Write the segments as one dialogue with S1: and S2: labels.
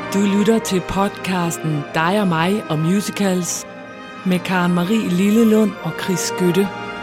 S1: Du lytter til podcasten Dig og mig og musicals med Karen Marie Lillelund og Chris Skytte.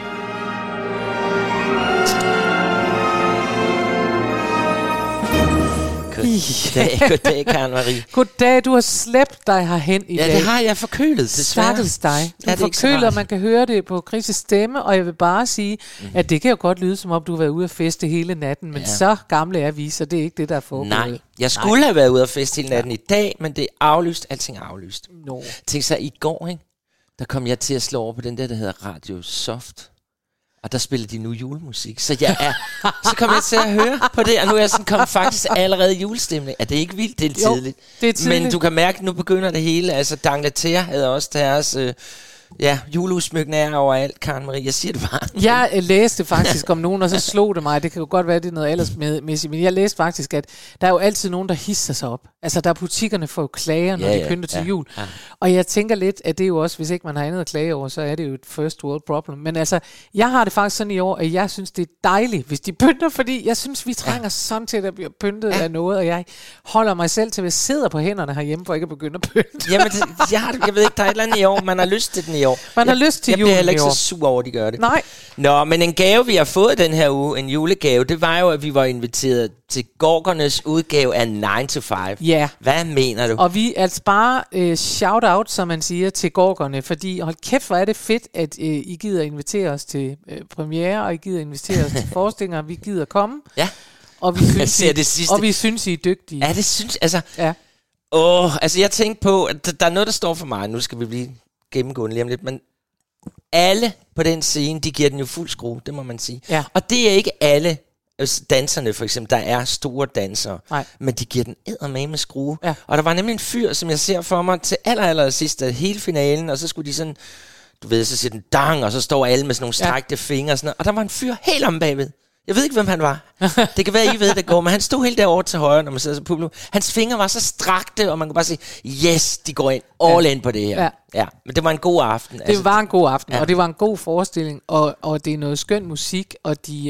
S2: Goddag, Karen Marie.
S3: Goddag, du har slæbt dig herhen i dag.
S2: Ja, det har jeg forkølet, desværre.
S3: Stakkels dig. Du er forkølet, og man kan høre det på Chris' stemme, og jeg vil bare sige, at det kan jo godt lyde, som om du har været ude at feste hele natten, men så gamle er vi, så det er ikke det, der er foregået.
S2: Nej, jeg skulle have været ude at feste hele natten i dag, men det er aflyst. Alting er aflyst. Tænk så, i går, ikke? Der kom jeg til at slå over på den der hedder Radio Soft. Og der spiller de nu julemusik. Så så kom jeg til at høre på det, og nu er jeg sådan kommet faktisk allerede i julestemning. Er det ikke vildt? Det er tidligt.
S3: Det er tidligt.
S2: Men du kan mærke, at nu begynder det hele. Altså, D'Angleterre havde også deres juleudsmykninger er overalt, Karen Marie. Jeg siger det bare.
S3: Jeg læste faktisk om nogen, og så slog det mig. Det kan jo godt være, det er noget aldersmæssigt, men jeg læste faktisk, at der er jo altid nogen, der hisser sig op. Altså, der er butikkerne får jo klager, når de pynter til jul. Ja. Og jeg tænker lidt, at det er jo også, hvis ikke man har andet at klage over, så er det jo et first world problem. Men altså, jeg har det faktisk sådan i år, at jeg synes, det er dejligt, hvis de pynter, fordi jeg synes, vi trænger sådan til, at der bliver pyntet af noget, og jeg holder mig selv til, at jeg sidder på hænderne herhjemme, for ikke at begynde at pynte.
S2: Jamen, jeg ved ikke, der er et eller andet i år, man har lyst til den i år.
S3: Man har lyst til
S2: julen. Jeg bliver heller ikke så sur over, at de gør det.
S3: Nej.
S2: Nå, men en gave, vi har fået den her uge, en julegave, det var jo, at vi var inviteret til Gorgernes udgave af 9 to 5.
S3: Ja.
S2: Hvad mener du?
S3: Og vi altså bare shout-out, som man siger, til Gorgerne, fordi hold kæft, hvor er det fedt, at I gider invitere os til premiere, og I gider invitere os til forestillinger, vi gider komme.
S2: Ja.
S3: Og vi synes, I er dygtige.
S2: Ja, det synes altså.
S3: Ja.
S2: Jeg tænkte på, at der er noget, der står for mig. Nu skal vi blive gennemgående lige om lidt, men alle på den scene, de giver den jo fuld skrue, det må man sige. Ja. Og det er ikke alle danserne, for eksempel, der er store dansere, men de giver den eddermame skrue. Ja. Og der var nemlig en fyr, som jeg ser for mig til aller sidst af hele finalen, og så skulle de sådan, du ved, så siger den dang, og så står alle med sådan nogle strækte fingre og sådan noget, og der var en fyr helt om bagved. Jeg ved ikke, hvem han var. Det kan være, I ved, det går, men han stod helt derovre til højre, når man sidder som publikum. Hans fingre var så strakte, og man kunne bare sige, yes, de går ind, all in på det her. Ja. Men det var en god aften.
S3: Det var en god aften, og det var en god forestilling, og det er noget skøn musik, og det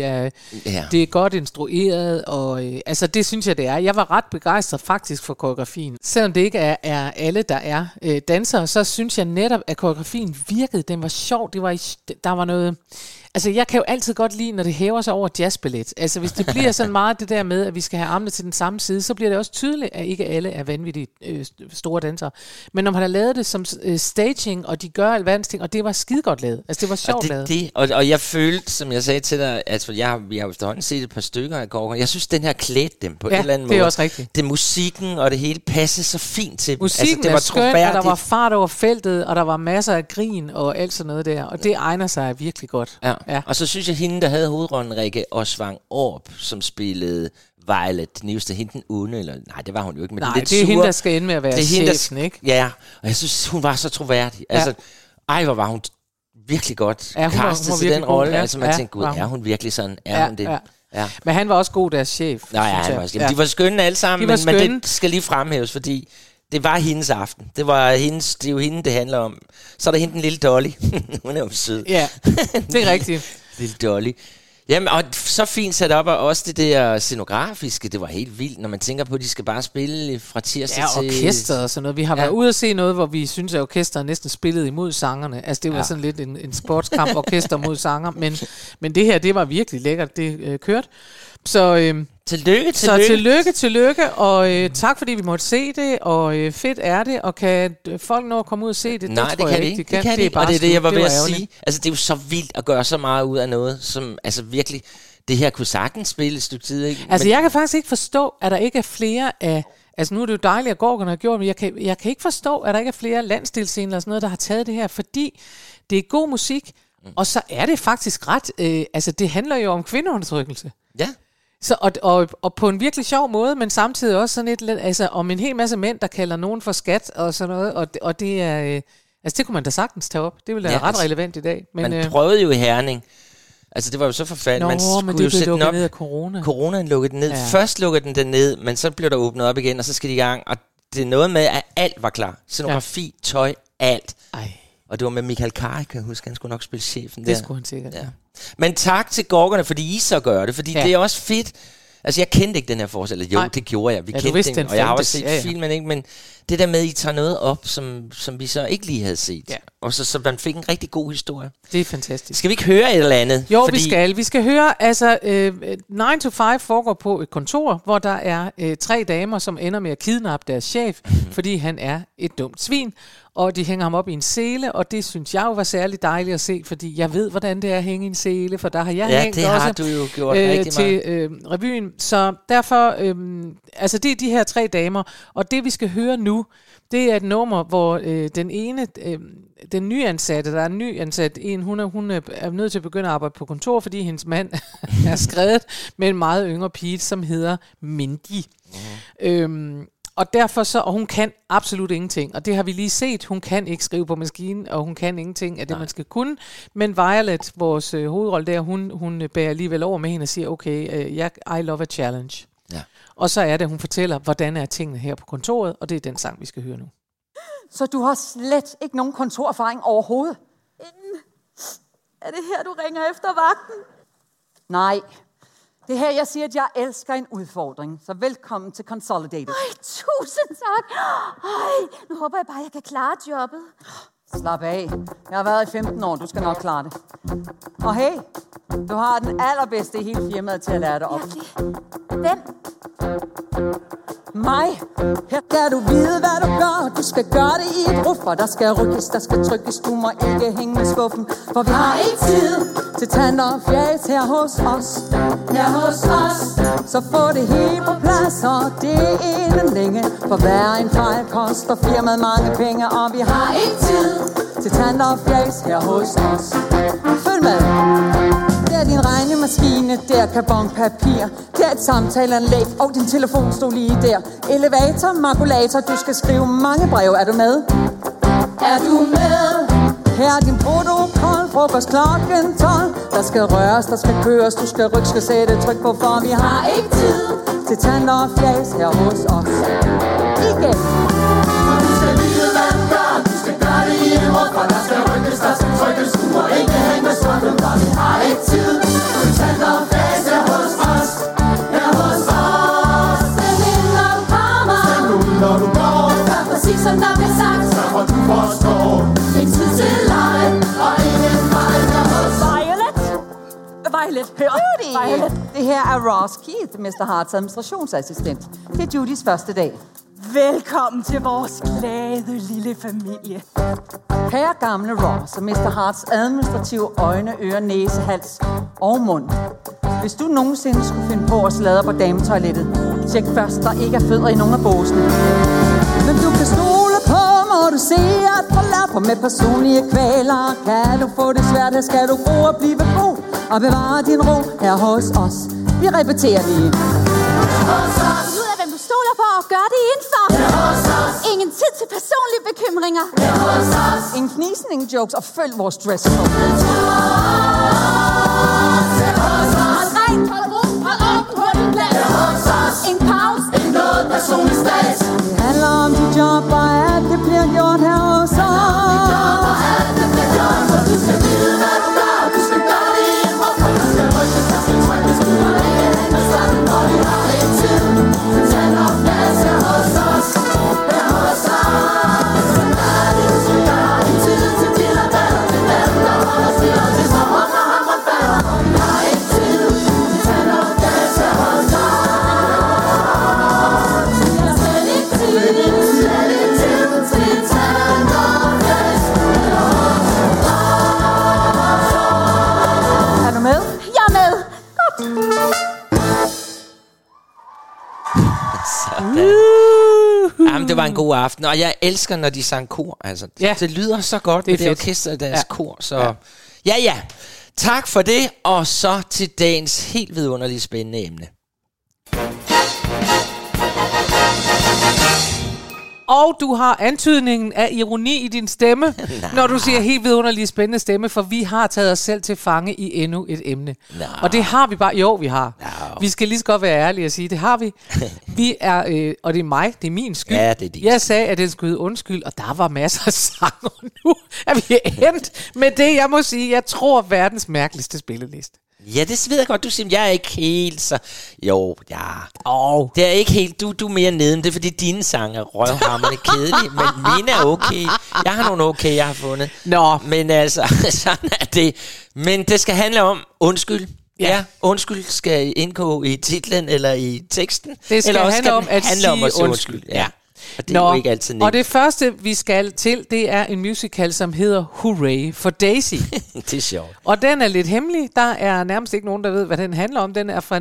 S3: er godt instrueret, og det synes jeg, det er. Jeg var ret begejstret faktisk for koreografien. Selvom det ikke er alle, der er dansere, så synes jeg netop, at koreografien virkede. Den var sjov, der var noget. Altså, jeg kan jo altid godt lide, når det hæver sig over jazzballet. Altså, hvis det bliver sådan meget det der med, at vi skal have armene til den samme side, så bliver det også tydeligt, at ikke alle er vanvittigt store dansere. Men når man har lavet det som staging, og de gør alverdens ting, og det var skidegodt lavet. Altså, det var sjovt lavet.
S2: Og jeg følte, som jeg sagde til dig, altså, vi har efterhånden set et par stykker af Gorgon. Jeg synes, den her klædte dem på en eller anden måde.
S3: Det er også rigtigt.
S2: Det musikken og det hele passede så fint til dem.
S3: Musikken det var skønt, og der var fart over feltet, og der var masser af grin og alt sådan noget der. Og det egner sig virkelig godt.
S2: Ja. Og så synes jeg, hende, der havde hovedrollen, Rikke Osvang Orp, som spillede Violet, den nyeste, hende den onde, eller nej, det var hun jo ikke, men
S3: nej,
S2: lidt
S3: det er
S2: sure.
S3: Hende, der skal ende med at være chefen, ikke?
S2: Ja, og jeg synes, hun var så troværdig. Altså, hvor var hun virkelig godt castet til den rolle. Ja. Altså, man tænkte, gud, er hun virkelig sådan? Er hun det? Ja.
S3: Men han var også god, deres chef.
S2: De var skønne alle sammen, men det skal lige fremhæves, fordi det var hendes aften. Det er jo hende, det handler om. Så er der hende den lille Dolly. Hun er jo sød.
S3: Ja, det er rigtigt.
S2: Lille Dolly. Jamen, og så fint sat op, og også det der scenografiske, det var helt vildt, når man tænker på, at de skal bare spille fra tirsdag til...
S3: Ja, orkestret og sådan noget. Vi har været ude at se noget, hvor vi synes, at orkestret næsten spillede imod sangerne. Altså, det var sådan lidt en sportskamp, orkester mod sanger, men det her, det var virkelig lækkert. Det kørte. Så... Tillykke, og tak fordi vi måtte se det, og fedt er det, og kan folk nå at komme ud og se det?
S2: Nej, det kan de ikke. Det kan de ikke, og det er det, jeg var ved at sige. Altså, det er jo så vildt at gøre så meget ud af noget, som altså virkelig, det her kunne sagtens spille et stykke tid, ikke?
S3: Altså, jeg kan faktisk ikke forstå, at der ikke er flere af... Altså, nu er det jo dejligt, at Gorgon har gjort, men jeg kan ikke forstå, at der ikke er flere landsdelsscener eller sådan noget, der har taget det her, fordi det er god musik, og så er det faktisk ret... altså, det handler jo om kvindeundertrykkelse.
S2: Ja.
S3: Så, og på en virkelig sjov måde, men samtidig også sådan lidt, altså om en hel masse mænd, der kalder nogen for skat og sådan noget, og det er, altså det kunne man da sagtens tage op. Det ville være ret relevant i dag. Men,
S2: man prøvede jo i Herning, altså det var jo så forfærdeligt, man skulle jo sætte den op.
S3: Ned af corona.
S2: Coronaen lukkede den ned. Ja. Først lukkede den ned, men så blev der åbnet op igen, og så skal de i gang, og det er noget med, at alt var klar. Scenografi, tøj, alt.
S3: Ej.
S2: Og det var med Michael Kari, kan jeg huske, han skulle nok spille chefen der.
S3: Det skulle han sikkert,
S2: ja. Men tak til Gorgerne, fordi I så gør det, fordi det er også fedt. Altså, jeg kendte ikke den her forestilling. Jo, det gjorde jeg. Vi kendte den, og jeg har også set filmen, ikke? Men det der med, at I tager noget op, som vi så ikke lige havde set. Ja. Og så man fik en rigtig god historie.
S3: Det er fantastisk.
S2: Skal vi ikke høre et eller andet?
S3: Jo, vi skal. Vi skal høre, altså, 9 to 5 foregår på et kontor, hvor der er 3 damer, som ender med at kidnappe deres chef, fordi han er et dumt svin. Og de hænger ham op i en sele, og det synes jeg jo var særlig dejligt at se, fordi jeg ved, hvordan det er at hænge i en sele, for der har jeg hængt
S2: det
S3: også
S2: har du jo gjort rigtig
S3: til revyen. Så derfor, altså det er de her 3 damer, og det vi skal høre nu, det er et nummer, hvor den ene, den nyansatte, der er en nyansat, hun er nødt til at begynde at arbejde på kontor, fordi hendes mand er skrevet med en meget yngre pige, som hedder Mindy. Og derfor så, og hun kan absolut ingenting, og det har vi lige set, hun kan ikke skrive på maskinen, og hun kan ingenting af det, man skal kunne. Men Violet, vores hovedrolle der, hun bærer alligevel over med hende og siger, okay, I love a challenge. Ja. Og så er det, hun fortæller, hvordan er tingene her på kontoret, og det er den sang, vi skal høre nu.
S4: Så du har slet ikke nogen kontorerfaring overhovedet?
S5: Er det her, du ringer efter vagten?
S4: Nej. Det her, jeg siger, at jeg elsker en udfordring. Så velkommen til Consolidated.
S5: Tusind tak. Nu håber jeg bare, jeg kan klare jobbet.
S4: Slap af. Jeg har været i 15 år. Du skal nok klare det. Og hey, du har den allerbedste i hele firmaet til at lære dig op.
S5: Hvem?
S4: Mig. Her kan du vide, hvad du gør. Du skal gøre det i et ruf, og der skal rykkes, der skal trykkes. Du må ikke hænge med skuffen, for vi har ikke tid til tanter og fjæs her hos os. Her hos os. Så få det hele på plads, og det er inden længe. For hver en fejl koster firmaet mange penge, og vi har ikke tid til tanter og fjæs her hos os. Følg med. Det er din regnemaskine, der karbonpapir. Det er et samtaleanlæg, og din telefon stod lige der. Elevator, makulator, du skal skrive mange breve. Er du med? Er du med? Her er din protokol, frokost klokken 12. Der skal røres, der skal køres, du skal rykke, skal sætte tryk på, for vi har ikke tid til tanter og fjæs her hos os. Igen.
S6: Og du skal vide, hvad du gør, du skal gøre det i en rum, for der skal rykkes, der skal trykkes, du må ikke hænge med skuffen, for vi har ikke tid til tanter og fjæs her hos os. Her hos os.
S5: Stem ind, når du kommer.
S6: Stem ud, når du går.
S5: Gør præcis, som der bliver sagt.
S6: Sørg for, du forstår.
S5: En tid til leg, og ingen fejl her hos os.
S4: Violet, hør. Violet. Det her er Ross Keith, Mr. Harts administrationsassistent. Det er Judys første dag.
S7: Velkommen til vores glade lille familie.
S4: Kære gamle Ross og Mr. Harts administrative øjne, ører, næse, hals og mund. Hvis du nogensinde skulle finde på at sladre på dametoilettet, tjek først, der ikke er fødder i nogen af båsene. Men du kan stole på, må du se at forlapper med personlige kvaler. Kan du få det svært, her skal du gro og blive god og bevare din ro her hos os. Vi repeterer lige.
S5: Ud af hvem du stoler på og gør det indenfor. Ingen tid til personlige bekymringer.
S4: Ingen knisen, ingen jokes og følg vores dresscode.
S5: Rent, hold ro, hold op på din plads. En pause.
S6: Ikke noget personligt stats.
S4: Det handler om dit job og at det bliver gjort her hos os.
S6: Du skal vide, hvad du gør, du skal gøre det i en rum, for der skal rykkes, der skal trykkes, du må ikke hænge med skuffen, for vi har ikke tid til tanter og fjæs her hos os. Her hos os. Du skal gøre din tid til dine venner, til dem, der holder styr, til som om der hammer falder, for vi har ikke tid til tanter og fjæs her hos os.
S5: Jeg er slet ikke tid til tanter og fjæs her hos os.
S4: Er du med?
S5: Jeg er med.
S2: Jamen, det var en god aften, og jeg elsker, når de sang kor. Altså, det lyder så godt med det orkester af deres kor. Så ja. Tak for det, og så til dagens helt vidunderligt spændende emne.
S3: Og du har antydningen af ironi i din stemme, når du siger helt vidunderligt spændende stemme, for vi har taget os selv til fange i endnu et emne. Og det har vi bare. Jo, vi har. Vi skal lige så godt være ærlige og sige, det har vi. Vi er, og det er mig, det er min skyld.
S2: Ja, det er din.
S3: Jeg sagde, at den skulle hedde undskyld, og der var masser af sanger. Nu er vi endt med det, jeg må sige, jeg tror verdens mærkeligste spilleliste.
S2: Ja, det ved jeg godt, du siger, jeg er ikke helt så... Jo, ja. Det er ikke helt... Du er mere neden. Det er, fordi dine sange er røvhamrende kedelige, men mine er okay. Jeg har nogle okay, jeg har fundet.
S3: Nå.
S2: Men altså, sådan er det. Men det skal handle om undskyld. Ja, undskyld skal indgå i titlen eller i teksten.
S3: Det skal
S2: eller
S3: handle om at sige undskyld.
S2: Ja. Og det er jo ikke altid nemt.
S3: Og det første, vi skal til, det er en musical, som hedder Hooray for Daisy.
S2: Det er sjovt.
S3: Og den er lidt hemmelig. Der er nærmest ikke nogen, der ved, hvad den handler om. Den er fra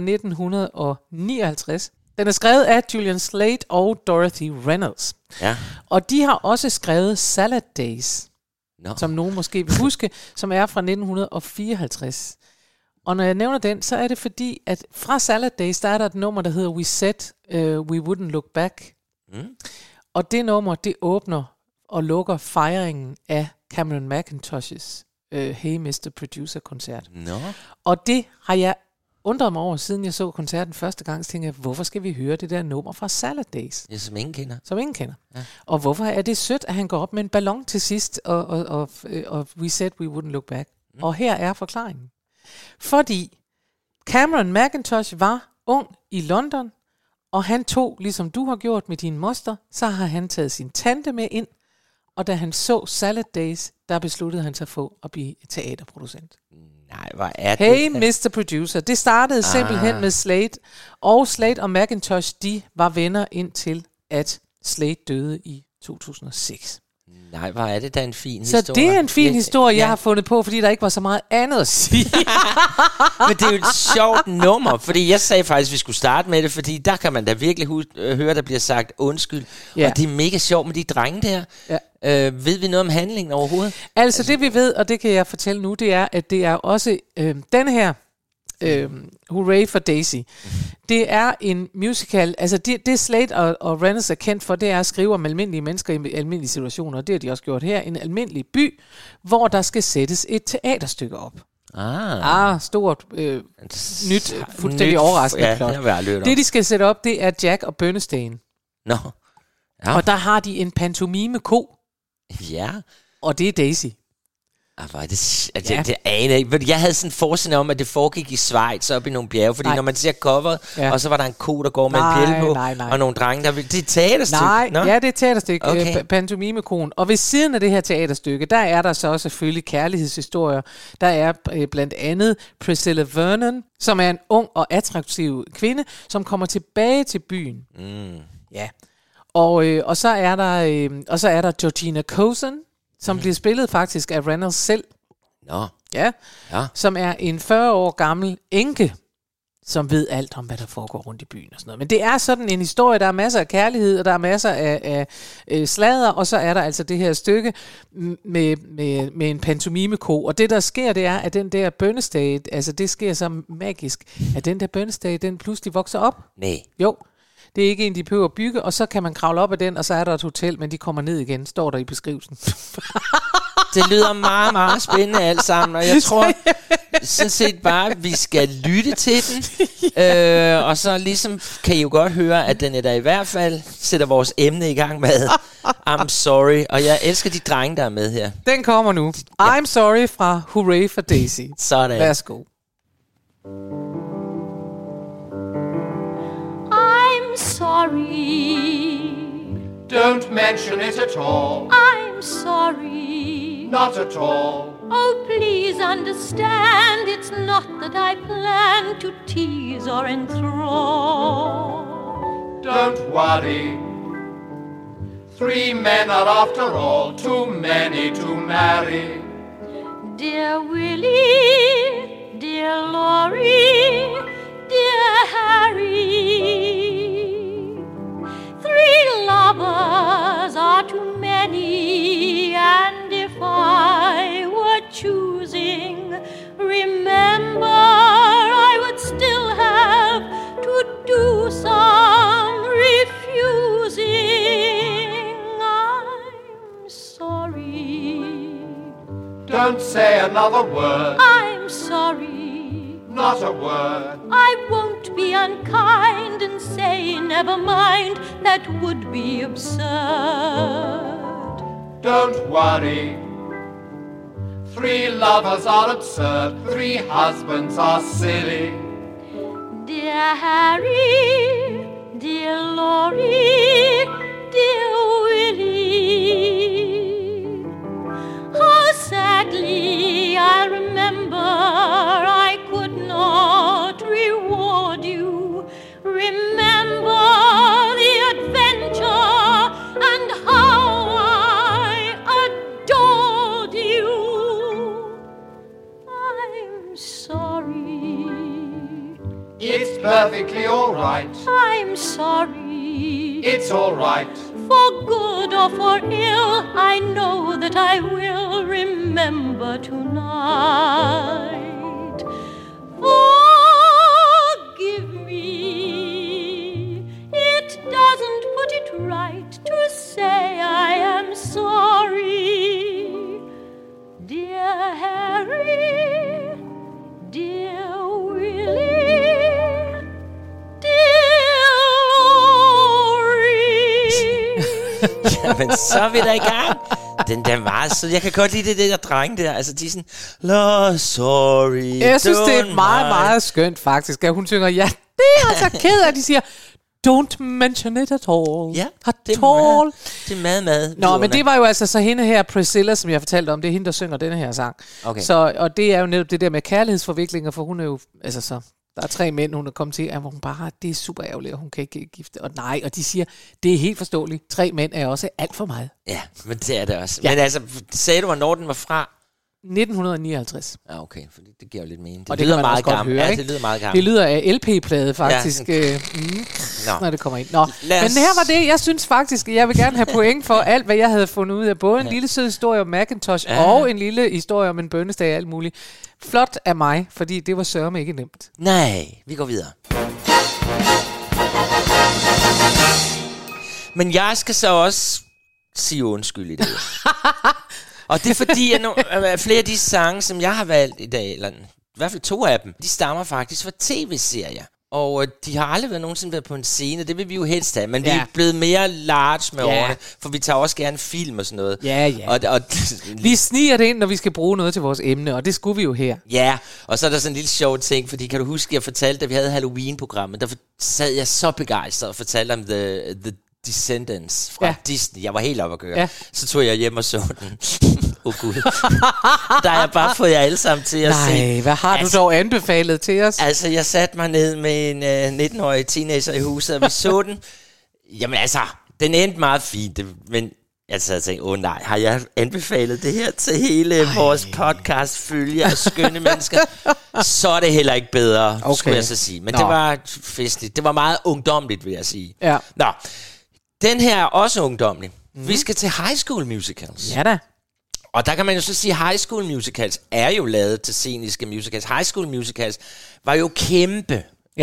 S3: 1959. Den er skrevet af Julian Slade og Dorothy Reynolds.
S2: Ja.
S3: Og de har også skrevet Salad Days, som nogen måske vil huske, som er fra 1954. Og når jeg nævner den, så er det fordi, at fra Salad Days, der er der et nummer, der hedder We Said We Wouldn't Look Back. Og det nummer, det åbner og lukker fejringen af Cameron Mackintosh's Hey Mr. Producer-koncert. Og det har jeg undret mig over, siden jeg så koncerten første gang, så tænkte jeg, hvorfor skal vi høre det der nummer fra Salad Days?
S2: Ja, som ingen kender.
S3: Som ingen kender. Ja. Og hvorfor er det sødt, at han går op med en ballon til sidst, og We Said We Wouldn't Look Back. Og her er forklaringen. Fordi Cameron Mackintosh var ung i London, og han tog, ligesom du har gjort med din moster, så har han taget sin tante med ind, og da han så Salad Days, der besluttede han sig for at blive teaterproducent.
S2: Nej, hvad er det?
S3: Hey Mr. Producer. Det startede simpelthen med Slade, og Slade og Mackintosh, de var venner indtil, at Slade døde i 2006.
S2: Nej, hvor er det da en fin historie.
S3: Så det er en fin historie, jeg har fundet på, fordi der ikke var så meget andet at sige.
S2: Men det er jo et sjovt nummer, fordi jeg sagde faktisk, at vi skulle starte med det, fordi der kan man da virkelig høre, der bliver sagt undskyld. Ja. Og det er mega sjovt med de drenge der. Ja. Ved vi noget om handlingen overhovedet?
S3: Altså det vi ved, og det kan jeg fortælle nu, det er, at det er også den her Hooray for Daisy. Det er en musical, altså det Slade og Reynolds er kendt for, det er at skrive om almindelige mennesker i almindelige situationer, og det har de også gjort her. En almindelig by, hvor der skal sættes et teaterstykke op. Stort, nyt, fuldstændig overraskende plot. Det de skal sætte op, det er Jack og Bernstein.
S2: Ja.
S3: Og der har de en pantomime-ko.
S2: Ja.
S3: Og det er Daisy.
S2: Det aner ikke. Jeg havde sådan en forestilling om, at det foregik i Schweiz op i nogle bjerge, fordi når man ser coveret, og så var der en ko, der går med en bjælde på, og nogle drenge, der vil... Det er et teaterstykke.
S3: Ja, det er et teaterstykke. Okay. Pantomime-koen. Og ved siden af det her teaterstykke, der er der så selvfølgelig kærlighedshistorier. Der er blandt andet Priscilla Vernon, som er en ung og attraktiv kvinde, som kommer tilbage til byen. Ja. Og så er der Georgina Coulson, som bliver spillet faktisk af Reynolds selv. Ja. Som er en 40 år gammel enke, som ved alt om, hvad der foregår rundt i byen og sådan noget. Men det er sådan en historie, der er masser af kærlighed, og der er masser af sladder, og så er der altså det her stykke med en pantomime-ko. Og det, der sker, det er, at den der Bernstein, altså det sker så magisk, at den der Bernstein, den pludselig vokser op.
S2: Nej.
S3: Jo. Det er ikke en, de behøver at bygge, og så kan man kravle op af den, og så er der et hotel, men de kommer ned igen, står der i beskrivelsen.
S2: Det lyder meget, meget spændende alt sammen, og jeg tror sådan set bare, at vi skal lytte til den. Og så ligesom kan I jo godt høre, at den er der i hvert fald sætter vores emne i gang med I'm Sorry, og jeg elsker de drenge, der er med her.
S3: Den kommer nu. I'm Sorry fra Hooray for Daisy.
S2: Sådan.
S3: Værsgo.
S5: I'm sorry.
S6: Don't mention it at all.
S5: I'm sorry.
S6: Not at all.
S5: Oh, please understand, it's not that I plan to tease or enthrall.
S6: Don't worry. 3 men are after all too many to marry.
S5: Dear Willie, dear Laurie, dear Harry, 3 lovers are too many, and if I were choosing, remember I would still have to do some refusing. I'm sorry.
S6: Don't say another word.
S5: I'm sorry.
S6: Not a word.
S5: I won't be unkind and say never mind. That would be absurd.
S6: Don't worry.
S8: 3 lovers are absurd, 3 husbands are silly.
S5: Dear Harry, dear Laurie, dear Willie, how sadly I remember I could not reward you. Remember the adventure and how I adored you. I'm sorry.
S8: It's perfectly all right.
S5: I'm sorry.
S8: It's all right.
S5: For good or for ill, I know that I will remember tonight. Forgive me. It doesn't put it right to say I am sorry. Dear Harry, dear Willie, dear Laurie.
S2: Jamen, så er vi da i gang. Den der var så... Jeg kan godt lide det der dreng der. Altså, de er sådan... Sorry.
S3: Jeg synes, det er meget, meget skønt, faktisk. At hun synger, ja, det er altså ked af, de siger... Don't mention it at all.
S2: Ja,
S3: det
S2: er meget.
S3: Nå, men det var jo altså så hende her, Priscilla, som jeg fortalte om. Det er hende, der synger denne her sang.
S2: Okay.
S3: Så, og det er jo netop det der med kærlighedsforviklinger, for hun er jo... Altså så... Der er 3 mænd, hun er kommet til, hvor hun bare, det er super ærgerligt, og hun kan ikke gifte. Og nej, og de siger, det er helt forståeligt. 3 mænd er også alt for meget.
S2: Ja, men det er det også.
S3: Ja.
S2: Men altså, sagde du, hvornår den var fra?
S3: 1959.
S2: Ja, okay, for det giver jo lidt mening.
S3: Det lyder meget gammelt.
S2: Ja, det lyder meget gammelt.
S3: Det lyder af LP-plade, faktisk, når det kommer ind. Nå. Men her var det, jeg synes faktisk, jeg vil gerne have point for alt, hvad jeg havde fundet ud af. Både en lille sød historie om Macintosh, og en lille historie om en bønnesdag og alt muligt. Flot af mig, fordi det var sørme ikke nemt.
S2: Nej, vi går videre. Men jeg skal så også sige undskyld i det. Og det er fordi, at flere af de sange, som jeg har valgt i dag, eller i hvert fald 2 af dem, de stammer faktisk fra tv-serier. Og de har aldrig nogensinde været på en scene, det vil vi jo helst have. Men vi er blevet mere large med årene, for vi tager også gerne film og sådan noget.
S3: Ja. Og vi sniger det ind, når vi skal bruge noget til vores emne, og det skulle vi jo her.
S2: Ja, og så er der sådan en lille sjov ting, fordi kan du huske, jeg fortalte, da vi havde Halloween-programmet, der sad jeg så begejstret og fortalte om The Descendants fra Disney. Jeg var helt oppe at køre. Ja. Så tog jeg hjem og så den. Gud. Der har jeg bare fået jer alle sammen til at se.
S3: Nej, hvad har du dog anbefalet til os?
S2: Altså, jeg satte mig ned med en 19-årig teenager i huset, og vi så den. Jamen altså, den endte meget fint, men jeg sad og tænkte, nej, har jeg anbefalet det her til hele vores podcast følge af skønne mennesker? Så er det heller ikke bedre, skulle jeg så sige. Men det var festligt. Det var meget ungdomligt, vil jeg sige.
S3: Ja.
S2: Nå, den her er også ungdomlig. Vi skal til High School Musicals.
S3: Ja da.
S2: Og der kan man jo så sige, at High School Musicals er jo lavet til sceniske musicals. High School Musicals var jo kæmpe.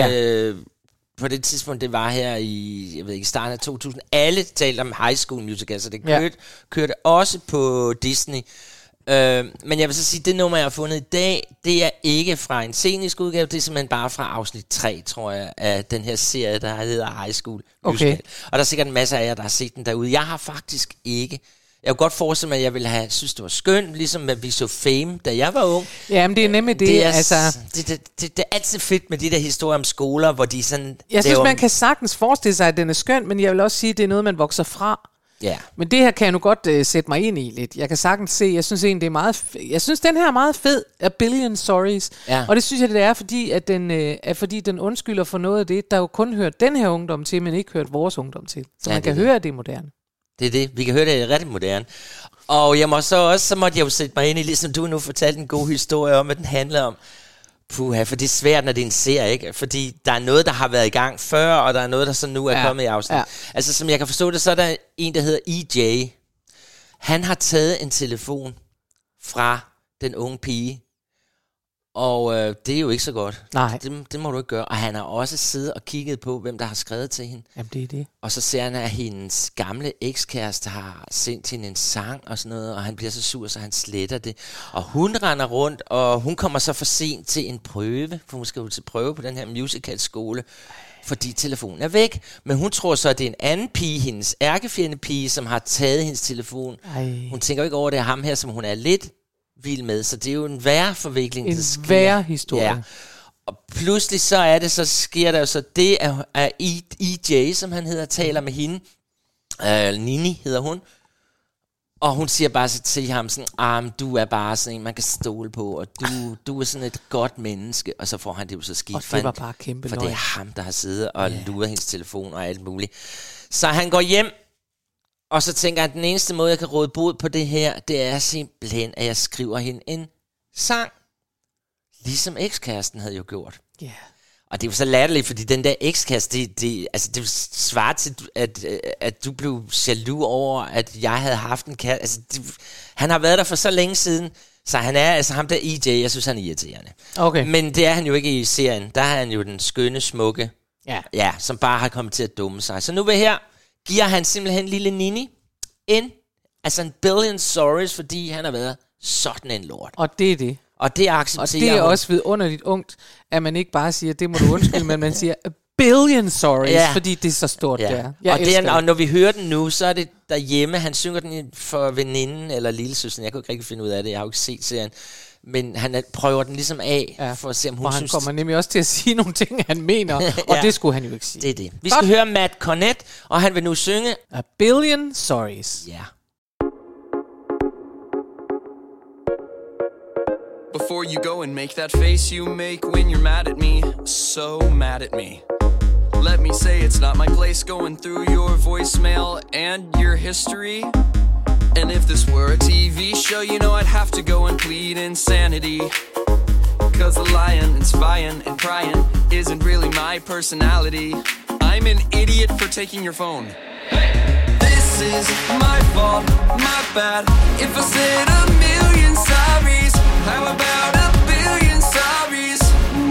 S2: På det tidspunkt, det var her i, jeg ved ikke, starten af 2000. Alle talte om High School Musicals, så det kørte også på Disney. Men jeg vil så sige, det nummer, jeg har fundet i dag, det er ikke fra en scenisk udgave, det er simpelthen bare fra afsnit 3, tror jeg, af den her serie, der hedder High School Musical. Og der er sikkert en masse af jer, der har set den derude. Jeg har faktisk ikke. Jeg kunne godt forestille mig, at jeg ville have synes, det var skønt, ligesom at vi så Fame, da jeg var ung.
S3: Jamen, det er nemlig det.
S2: Det er altid fedt med de der historier om skoler, hvor de sådan...
S3: Jeg synes, man kan sagtens forestille sig, at den er skøn, men jeg vil også sige, at det er noget, man vokser fra.
S2: Ja.
S3: Men det her kan jeg nu godt sætte mig ind i lidt. Jeg kan sagtens se, jeg synes egentlig, det er meget... Jeg synes, den her er meget fed, A Billion Stories. Ja. Og det synes jeg, det er, fordi den undskylder for noget af det, der jo kun hørt den her ungdom til, men ikke hørt vores ungdom til. Så man kan høre, at det er moderne.
S2: Det er det. Vi kan høre, det er rigtig moderne. Og jeg må så måtte jeg jo sætte mig ind i, ligesom du nu fortalte en god historie om, at den handler om, for det er svært, når det er en serie, ikke? Fordi der er noget, der har været i gang før, og der er noget, der så nu er kommet i afsnit. Ja. Altså, som jeg kan forstå det, så er der en, der hedder EJ. Han har taget en telefon fra den unge pige, og det er jo ikke så godt.
S3: Nej.
S2: Det må du ikke gøre. Og han har også siddet og kigget på, hvem der har skrevet til hende.
S3: Jamen, det er det.
S2: Og så ser han, at hendes gamle ekskæreste har sendt hende en sang og sådan noget, og han bliver så sur, så han sletter det. Og hun render rundt, og hun kommer så for sent til en prøve, for hun skal jo til prøve på den her musicalskole, fordi telefonen er væk. Men hun tror så, at det er en anden pige, hendes ærkefjende pige, som har taget hendes telefon. Hun tænker jo ikke over, det er ham her, som hun er lidt vild med. Så det er jo en værre forvikling,
S3: en værre historie. Ja.
S2: Og pludselig så sker der jo så det, at EJ, som han hedder, taler med hende. Nini hedder hun. Og hun siger bare til ham sådan, du er bare sådan en, man kan stole på, og du er sådan et godt menneske. Og så får han det jo så skidt.
S3: Og det var bare kæmpe
S2: for det er ham, der har siddet og luret hendes telefon og alt muligt. Så han går hjem, og så tænker han, den eneste måde, jeg kan råde bod på det her, det er simpelthen, at jeg skriver hende en sang. Ligesom ekskæresten havde jo gjort.
S3: Ja. Yeah.
S2: Og det er jo så latterligt, fordi den der ekskæreste, det svarer til, at du blev jaloux over, at jeg havde haft en kæreste. Altså, han har været der for så længe siden, så han er, altså ham der EJ, jeg synes, han er irriterende.
S3: Okay.
S2: Men det er han jo ikke i serien. Der er han jo den skønne, smukke, som bare har kommet til at dumme sig. Så nu ved her, giver han simpelthen lille Nini en billion sorries, fordi han har været sådan en lort.
S3: Og det er det.
S2: Og det accepterer.
S3: Og det er også vidunderligt ungt, at man ikke bare siger, det må du undskylde, men man siger a billion sorries, fordi det er så stort der.
S2: Og når vi hører den nu, så er det derhjemme. Han synger den for veninden eller lillesøsteren. Jeg kunne ikke rigtig finde ud af det. Jeg har jo ikke set serien. Men han prøver den ligesom af, for at se, om hun synes...
S3: Og han kommer nemlig også til at sige nogle ting, han mener, og det skulle han jo ikke sige.
S2: Det er det. Vi skal høre Matt Cornett, og han vil nu synge
S3: A Billion Sorries.
S2: Ja.
S9: Before you go and make that face you make when you're mad at me, so mad at me. Let me say it's not my place going through your voicemail and your history. And if this were a TV show, you know I'd have to go and plead insanity. Cause the lying and spying and prying isn't really my personality. I'm an idiot for taking your phone. This is my fault, my bad. If I said a million sorries, how about a billion sorries?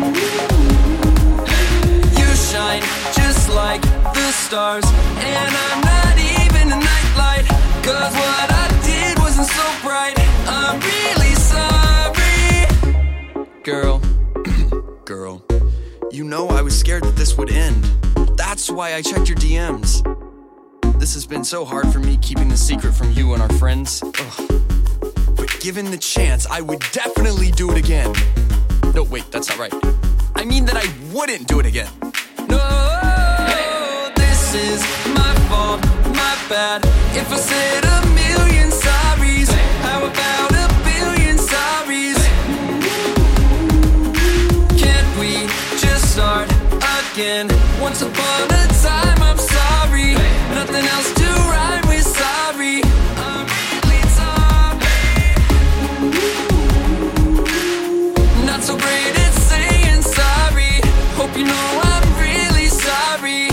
S9: You shine just like the stars, and I'm not even a nightlight. Cause what I did wasn't so bright. I'm really sorry. Girl, you know I was scared that this would end. That's why I checked your DMs. This has been so hard for me keeping the secret from you and our friends. Ugh. But given the chance, I would definitely do it again. No, wait, that's not right. I mean that I wouldn't do it again. No, this is my fault, my bad. If I said a million sorries, how about a billion sorries? Can't we just start again? Once upon a time, I'm sorry. Nothing else to rhyme with sorry. I'm really sorry. Not so great at saying sorry. Hope you know I'm really sorry.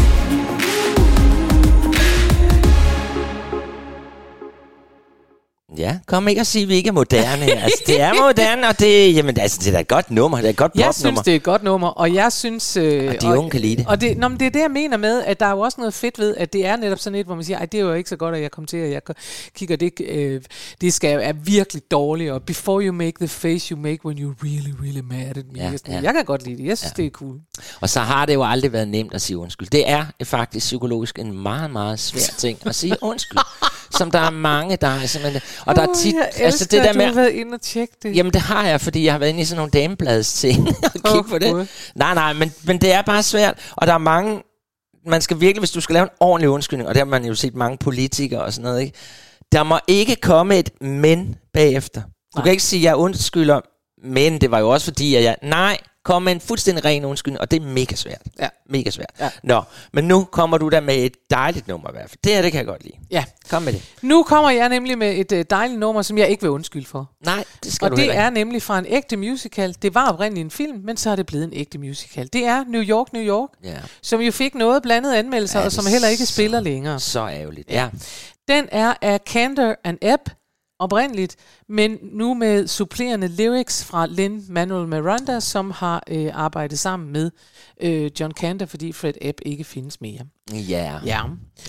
S2: Ja, kom ikke og sige, at vi ikke er moderne. Altså, det er moderne, og det er da et godt nummer. Det er et godt popnummer.
S3: Jeg synes, det er et godt nummer, og jeg synes...
S2: og de unge kan lide det.
S3: Og det, men det er det, jeg mener med, at der er jo også noget fedt ved, at det er netop sådan et, hvor man siger, det er jo ikke så godt, at jeg kommer til, at jeg kigger det. Det er virkelig dårligt, og before you make the face you make when you're really, really mad at me. Ja. Jeg kan godt lide det. Jeg synes, det er cool.
S2: Og så har det jo aldrig været nemt at sige undskyld. Det er faktisk psykologisk en meget, meget svær ting at sige undskyld. Som der er mange, der er simpelthen... Og der er tit,
S3: det der med, du har været inde og tjekke det.
S2: Jamen det har jeg, fordi jeg har været inde i sådan nogle damebladets ting og kigge på det. Nej, men det er bare svært. Og der er mange, man skal virkelig, hvis du skal lave en ordentlig undskyldning, og det har man jo set mange politikere og sådan noget, ikke? Der må ikke komme et men bagefter. Du kan ikke sige, at jeg undskylder, men det var jo også fordi, at kom med en fuldstændig ren undskyldning, og det er mega svært.
S3: Ja.
S2: Mega svært. Ja. Nå, men nu kommer du der med et dejligt nummer i hvert fald. Det kan jeg godt lide.
S3: Ja.
S2: Kom med det.
S3: Nu kommer jeg nemlig med et dejligt nummer, som jeg ikke vil undskylde for.
S2: Nej, det skal
S3: og
S2: du
S3: det
S2: ikke.
S3: Er nemlig fra en ægte musical. Det var oprindeligt en film, men så er det blevet en ægte musical. Det er New York, New York, som jo fik noget blandet anmeldelser, og som heller ikke spiller længere.
S2: Så ærgerligt, ja.
S3: Den er af Kander and Ebb, oprindeligt, men nu med supplerende lyrics fra Lin-Manuel Miranda, som har arbejdet sammen med John Kander, fordi Fred Ebb ikke findes mere.
S2: Ja.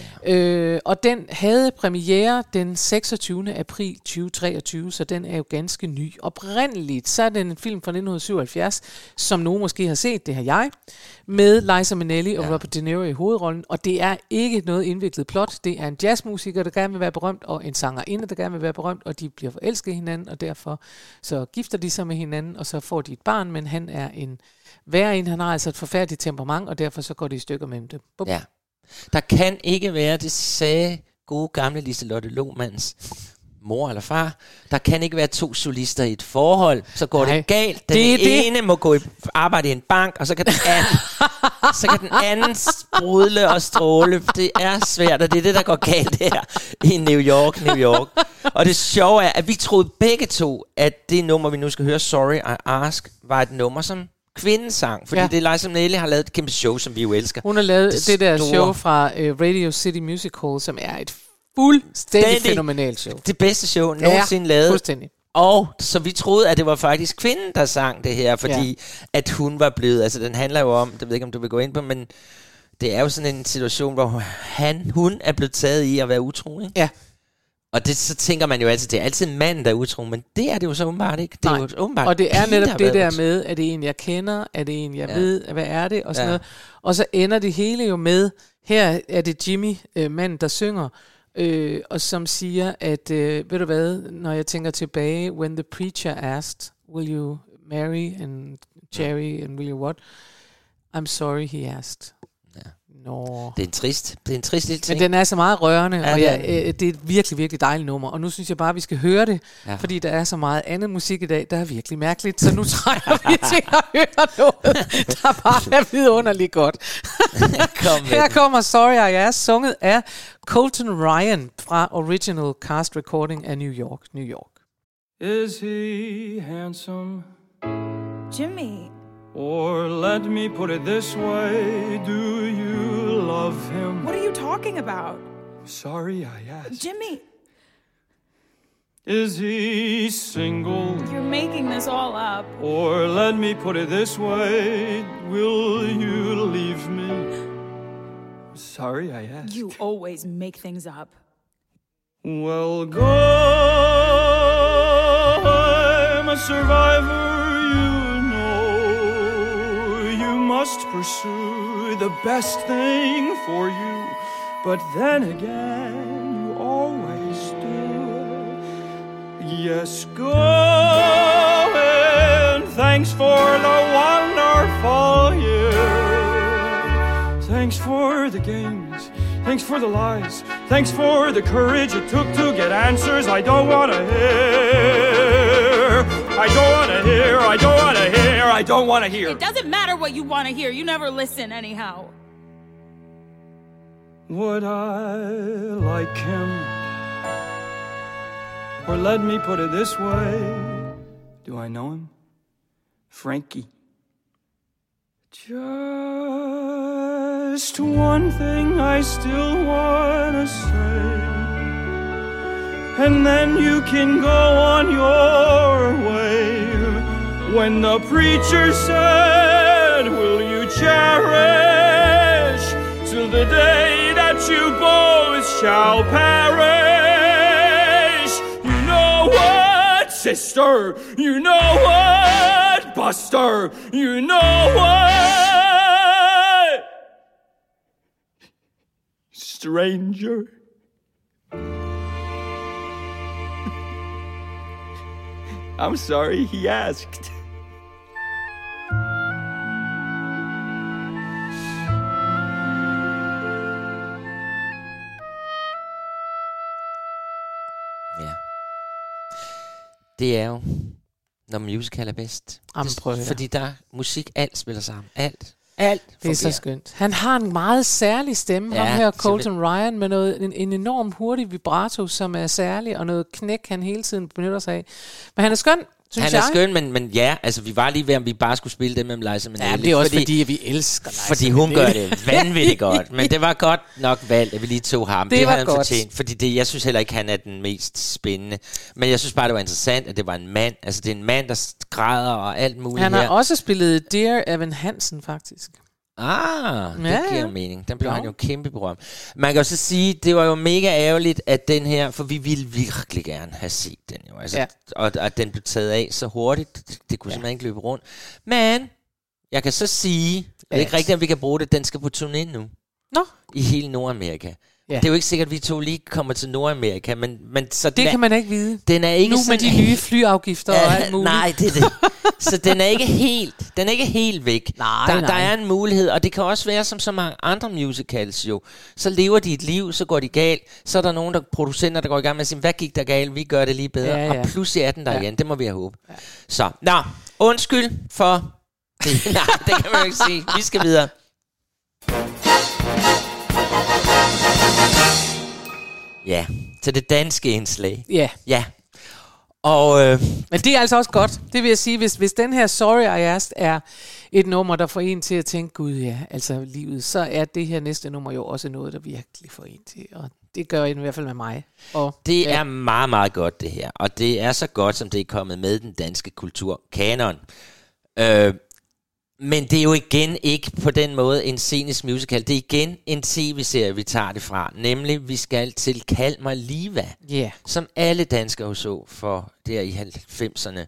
S3: Og den havde premiere den 26. april 2023, så den er jo ganske ny. Oprindeligt, så er den en film fra 1977, som nogen måske har set, det har jeg, med Liza Minnelli og Robert De Niro i hovedrollen, og det er ikke noget indviklet plot. Det er en jazzmusiker, der gerne vil være berømt, og en sangerinde, der gerne vil være berømt, og de bliver forelsket i hinanden, og derfor så gifter de sig med hinanden, og så får de et barn, men han er han har altså et forfærdeligt temperament, og derfor så går det i stykker mellem dem.
S2: Ja. Der kan ikke være, det sagde gode gamle Liselotte Lohmanns mor eller far, der kan ikke være 2 solister i et forhold, så går det galt. Den ene må gå i arbejde i en bank, og så kan den anden sprudle og stråle. Det er svært, og det er det, der går galt her i New York. Og det sjove er, at vi troede begge to, at det nummer, vi nu skal høre, Sorry I Ask, var et nummer, som kvindesang, fordi det er Liza Minnelli har lavet et kæmpe show, som vi jo elsker.
S3: Hun har lavet det der show fra Radio City Music Hall, som er et fuldstændig fænomenalt show.
S2: Det bedste show nogensinde lavet.
S3: Fuldstændig.
S2: Og så vi troede, at det var faktisk kvinden, der sang det her, fordi at hun var blevet, altså den handler jo om, det ved jeg ikke, om du vil gå ind på, men det er jo sådan en situation, hvor hun er blevet taget i at være utro, ikke?
S3: Ja.
S2: Og det, så tænker man jo altid, det er altid manden, der er utro, men det er det jo så åbenbart ikke. Det er jo åbenbart
S3: og det er netop det der med, er det en, jeg kender, er det en, jeg ved, hvad er det, og sådan noget. Og så ender det hele jo med, her er det Jimmy, manden, der synger, og som siger, at, ved du hvad, når jeg tænker tilbage, when the preacher asked, will you marry and Jerry, and will you what? I'm sorry he asked. No.
S2: Det er en trist lille ting.
S3: Men den er så meget rørende, og det er et virkelig, virkelig dejligt nummer. Og nu synes jeg bare, at vi skal høre det, fordi der er så meget andet musik i dag, der er virkelig mærkeligt. Så nu trænger vi til at høre noget, der bare er vidunderligt godt. Her kommer Sorry I Asked, sunget af Colton Ryan fra Original Cast Recording af New York.
S10: Is he handsome?
S7: Jimmy.
S10: Or let me put it this way, do you love him?
S7: What are you talking about?
S10: Sorry I asked.
S7: Jimmy.
S10: Is he single?
S7: You're making this all up.
S10: Or let me put it this way, will you leave me? Sorry I asked.
S7: You always make things up.
S10: Well, go, I'm a survivor, must pursue the best thing for you, but then again you always do. Yes, go, and thanks for the wonderful year. Thanks for the games, thanks for the lies, thanks for the courage it took to get answers I don't want to hear. I don't want to hear, I don't want to hear, I don't want to hear.
S7: It doesn't matter what you want to hear. You never listen anyhow.
S10: Would I like him? Or let me put it this way. Do I know him? Frankie. Just one thing I still want to say. And then you can go on your way. When the preacher said, will you cherish till the day that you both shall perish? You know what, sister? You know what, Buster? You know what, stranger? I'm sorry he asked.
S2: Ja. Det er jo, når musical er bedst. Fordi der musik, alt spiller sammen. Alt.
S3: Det er så skønt. Han har en meget særlig stemme, ham her Colton Ryan, med en enorm hurtig vibrato, som er særlig, og noget knæk, han hele tiden benytter sig af. Men han er skøn, synes jeg.
S2: Han er skøn, men ja, altså vi var lige ved, om vi bare skulle spille det med Liza Minnelli.
S3: Ja, det er også fordi vi elsker Liza
S2: Fordi hun gør det vanvittigt godt. Men det var godt nok valgt, at vi lige tog ham. Det havde han fortjent. Fordi jeg synes heller ikke, han er den mest spændende. Men jeg synes bare, det var interessant, at det var en mand. Altså det er en mand, der græder og alt muligt.
S3: Han har også spillet Dear Evan Hansen, faktisk.
S2: Det giver mening. Den blev han jo kæmpe berømt. Man kan jo så sige, det var jo mega ærgerligt, at den her, for vi ville virkelig gerne have set den jo. Altså, og at den blev taget af så hurtigt, det kunne simpelthen ikke løbe rundt. Men jeg kan så sige, det er ikke rigtigt, at vi kan bruge det, den skal på turné nu. I hele Nordamerika. Ja. Det er jo ikke sikkert, at vi to lige kommer til Nordamerika, men så
S3: det kan man ikke vide.
S2: Den er ikke
S3: nu med de nye flyafgifter og alt muligt.
S2: Nej, det er det. Så den er ikke helt væk. Der er en mulighed, og det kan også være som så mange andre musicals jo. Så lever de et liv, så går de galt, så er der nogen producenter, der går i gang med at sige, hvad gik der galt, vi gør det lige bedre, og pludselig er den der igen, det må vi have håb. Ja. Så, undskyld for det. Nej, det kan man jo ikke sige. Vi skal videre. Ja, til det danske indslag. Ja. Og,
S3: men det er altså også godt. Det vil jeg sige, hvis den her Sorry I Asked er et nummer, der får en til at tænke, gud altså livet, så er det her næste nummer jo også noget, der virkelig får en til. Og det gør en i hvert fald med mig. Og,
S2: det er meget, meget godt det her. Og det er så godt, som det er kommet med den danske kulturkanon. Men det er jo igen ikke på den måde en scenisk musical. Det er igen en tv-serie, vi tager det fra. Nemlig, vi skal til Kald mig Liva. Som alle danskere så for der i 90'erne.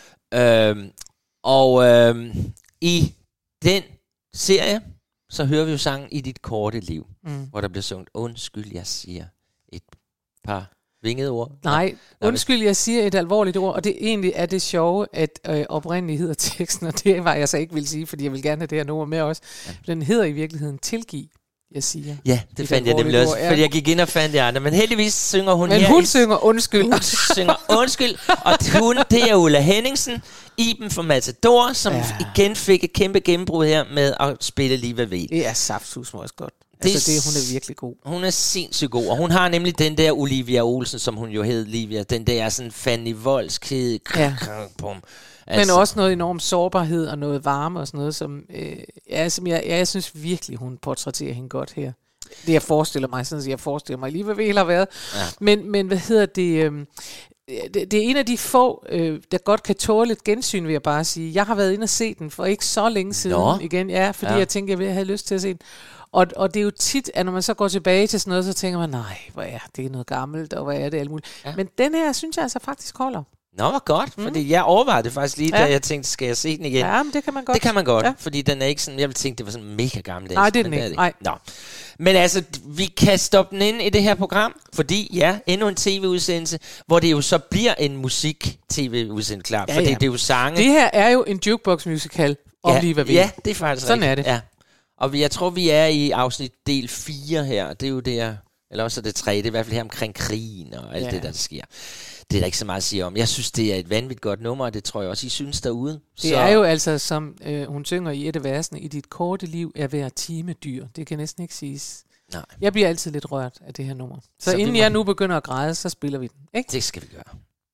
S2: I den serie, så hører vi jo sangen I dit korte liv. Hvor der bliver sunget, undskyld, jeg siger et par vingede ord.
S3: Nej, undskyld, jeg siger et alvorligt ord, og det egentlig er det sjove, at oprindeligt hedder teksten, og det var jeg så ikke vil sige, fordi jeg vil gerne have det her nummer med også. Den hedder i virkeligheden Tilgiv, jeg siger.
S2: Ja, det fandt jeg nemlig også, fordi jeg gik ind og fandt det andre, men heldigvis synger hun
S3: her. Men hun synger undskyld.
S2: Hun synger undskyld, og det er Ulla Henningsen, Iben fra Matador, som igen fik et kæmpe gennembrud her med at spille Liva Ved.
S3: Det er saftsus også godt. Altså hun er virkelig god.
S2: Hun er sindssygt god, og hun har nemlig den der Olivia Olsen, som hun jo hed Livia, den der sådan Fanny Voldskhed.
S3: Men også noget enormt sårbarhed og noget varme og sådan noget, som jeg synes virkelig, hun portrætterer hende godt her. Det jeg forestiller mig, sådan jeg forestiller mig lige, hvad vi har været. Ja. Men hvad hedder det... Det er en af de få, der godt kan tåle et gensyn, vil jeg bare sige. Jeg har været inde og se den for ikke så længe siden igen. Ja, fordi jeg tænkte, jeg havde lyst til at se den. Og det er jo tit, at når man så går tilbage til sådan noget, så tænker man, nej, hvor er det noget gammelt, og hvad er det alt muligt. Ja. Men den her, synes jeg altså faktisk holder.
S2: Nå, hvor godt, fordi jeg overvejede det faktisk lige, da jeg tænkte, skal jeg se den igen?
S3: Ja, men det kan man godt.
S2: Det kan man godt, fordi den er ikke sådan, jeg ville tænke, det var sådan mega gammel.
S3: Nej, det er den ikke. Nej.
S2: Nå. Men altså, vi kan stoppe den ind i det her program, fordi endnu en tv-udsendelse, hvor det jo så bliver en musik-tv-udsendelse, klart, fordi det er jo sange.
S3: Det her er jo en jukebox-musical om Liva Ved.
S2: Ja, det er faktisk
S3: sådan rigtigt.
S2: Er det. Ja. Og jeg tror, vi er i afsnit del 4 her. Det er jo der, eller også er det 3. Det er i hvert fald her omkring krigen og alt det, der sker. Det er der ikke så meget at sige om. Jeg synes, det er et vanvittigt godt nummer, og det tror jeg også, I synes derude.
S3: Det er jo altså, som hun synger i et af versene, i dit korte liv er hver time dyr. Det kan næsten ikke siges.
S2: Nej.
S3: Jeg bliver altid lidt rørt af det her nummer. Så inden jeg nu begynder at græde, så spiller vi den. Ikke?
S2: Det skal vi gøre.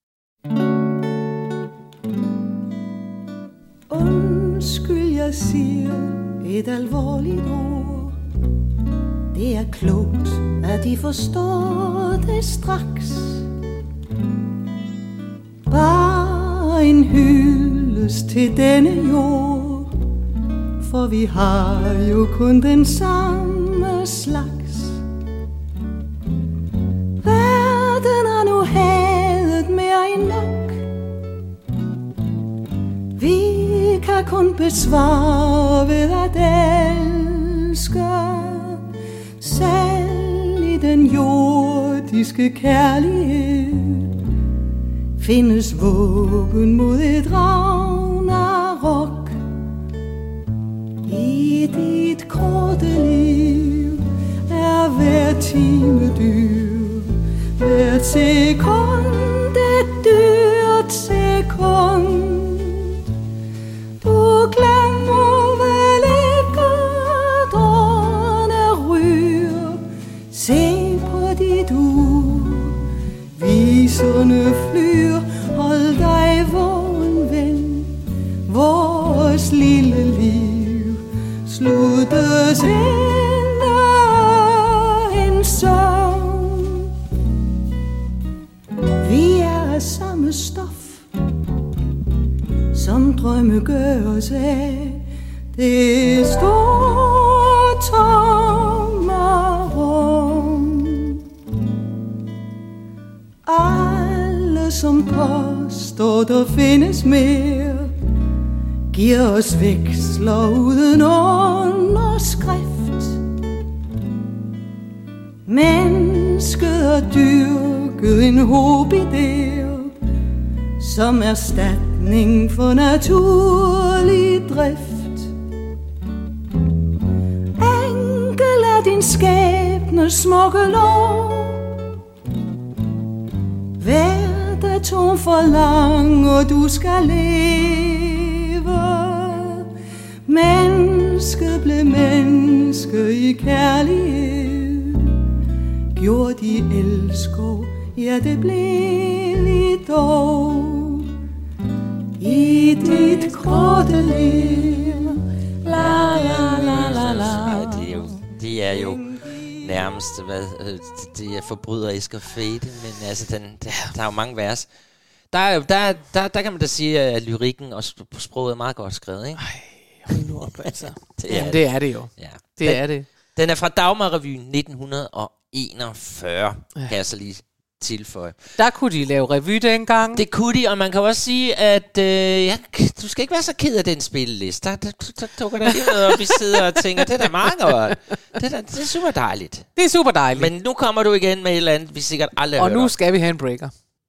S11: Undskyld, jeg siger et alvorligt ord. Det er klogt, at de forstår det straks. Bare en hyldest til denne jord, for vi har jo kun den samme slags. Verden har nu hadet mere end nok. Vi kan kun besvare ved at elske. Selv i den jordiske kærlighed findes våben mod et ragnarok. I dit korte liv er hver time dyr, hvert sekund et dyrt sekund. Du glemmer vel ikke, at årene ryger. Se på dit ur, viserne flyr. Hold dig vågen, ven, vores lille liv sluttes inden en søvn. Vi er af samme stof, som drømme gør os af. Det står som påstår, der findes mere, giver os veksler uden underskrift. Mennesket har dyrket en hobidéer som erstatning for naturlig drift. Enkel er din skæbne, smukke lov. Hver tom for lang, og du skal leve. Menneske blev menneske i kærlighed. Gjorde de elsker, ja det blev vi dog. I dit korte liv. La la la la la.
S2: De er jo nærmest, de er forbryderisk og fede, men altså, der er jo mange vers. Der kan man da sige, at lyrikken og sproget er meget godt skrevet, ikke?
S3: Ej, hold nu op, altså. Det er det jo. Ja. Det er det.
S2: Den er fra Dagmarrevyen 1941, kan jeg så lige tilføje.
S3: Der kunne de lave revy dengang.
S2: Det kunne de, og man kan også sige, at du skal ikke være så ked af den spilleliste. Der dukker der lige noget op, vi sidder og tænker, det er da meget godt. Det er super dejligt.
S3: Det er super dejligt.
S2: Men nu kommer du igen med et eller andet, vi sikkert aldrig har hørt.
S3: Og nu skal vi have en breaker.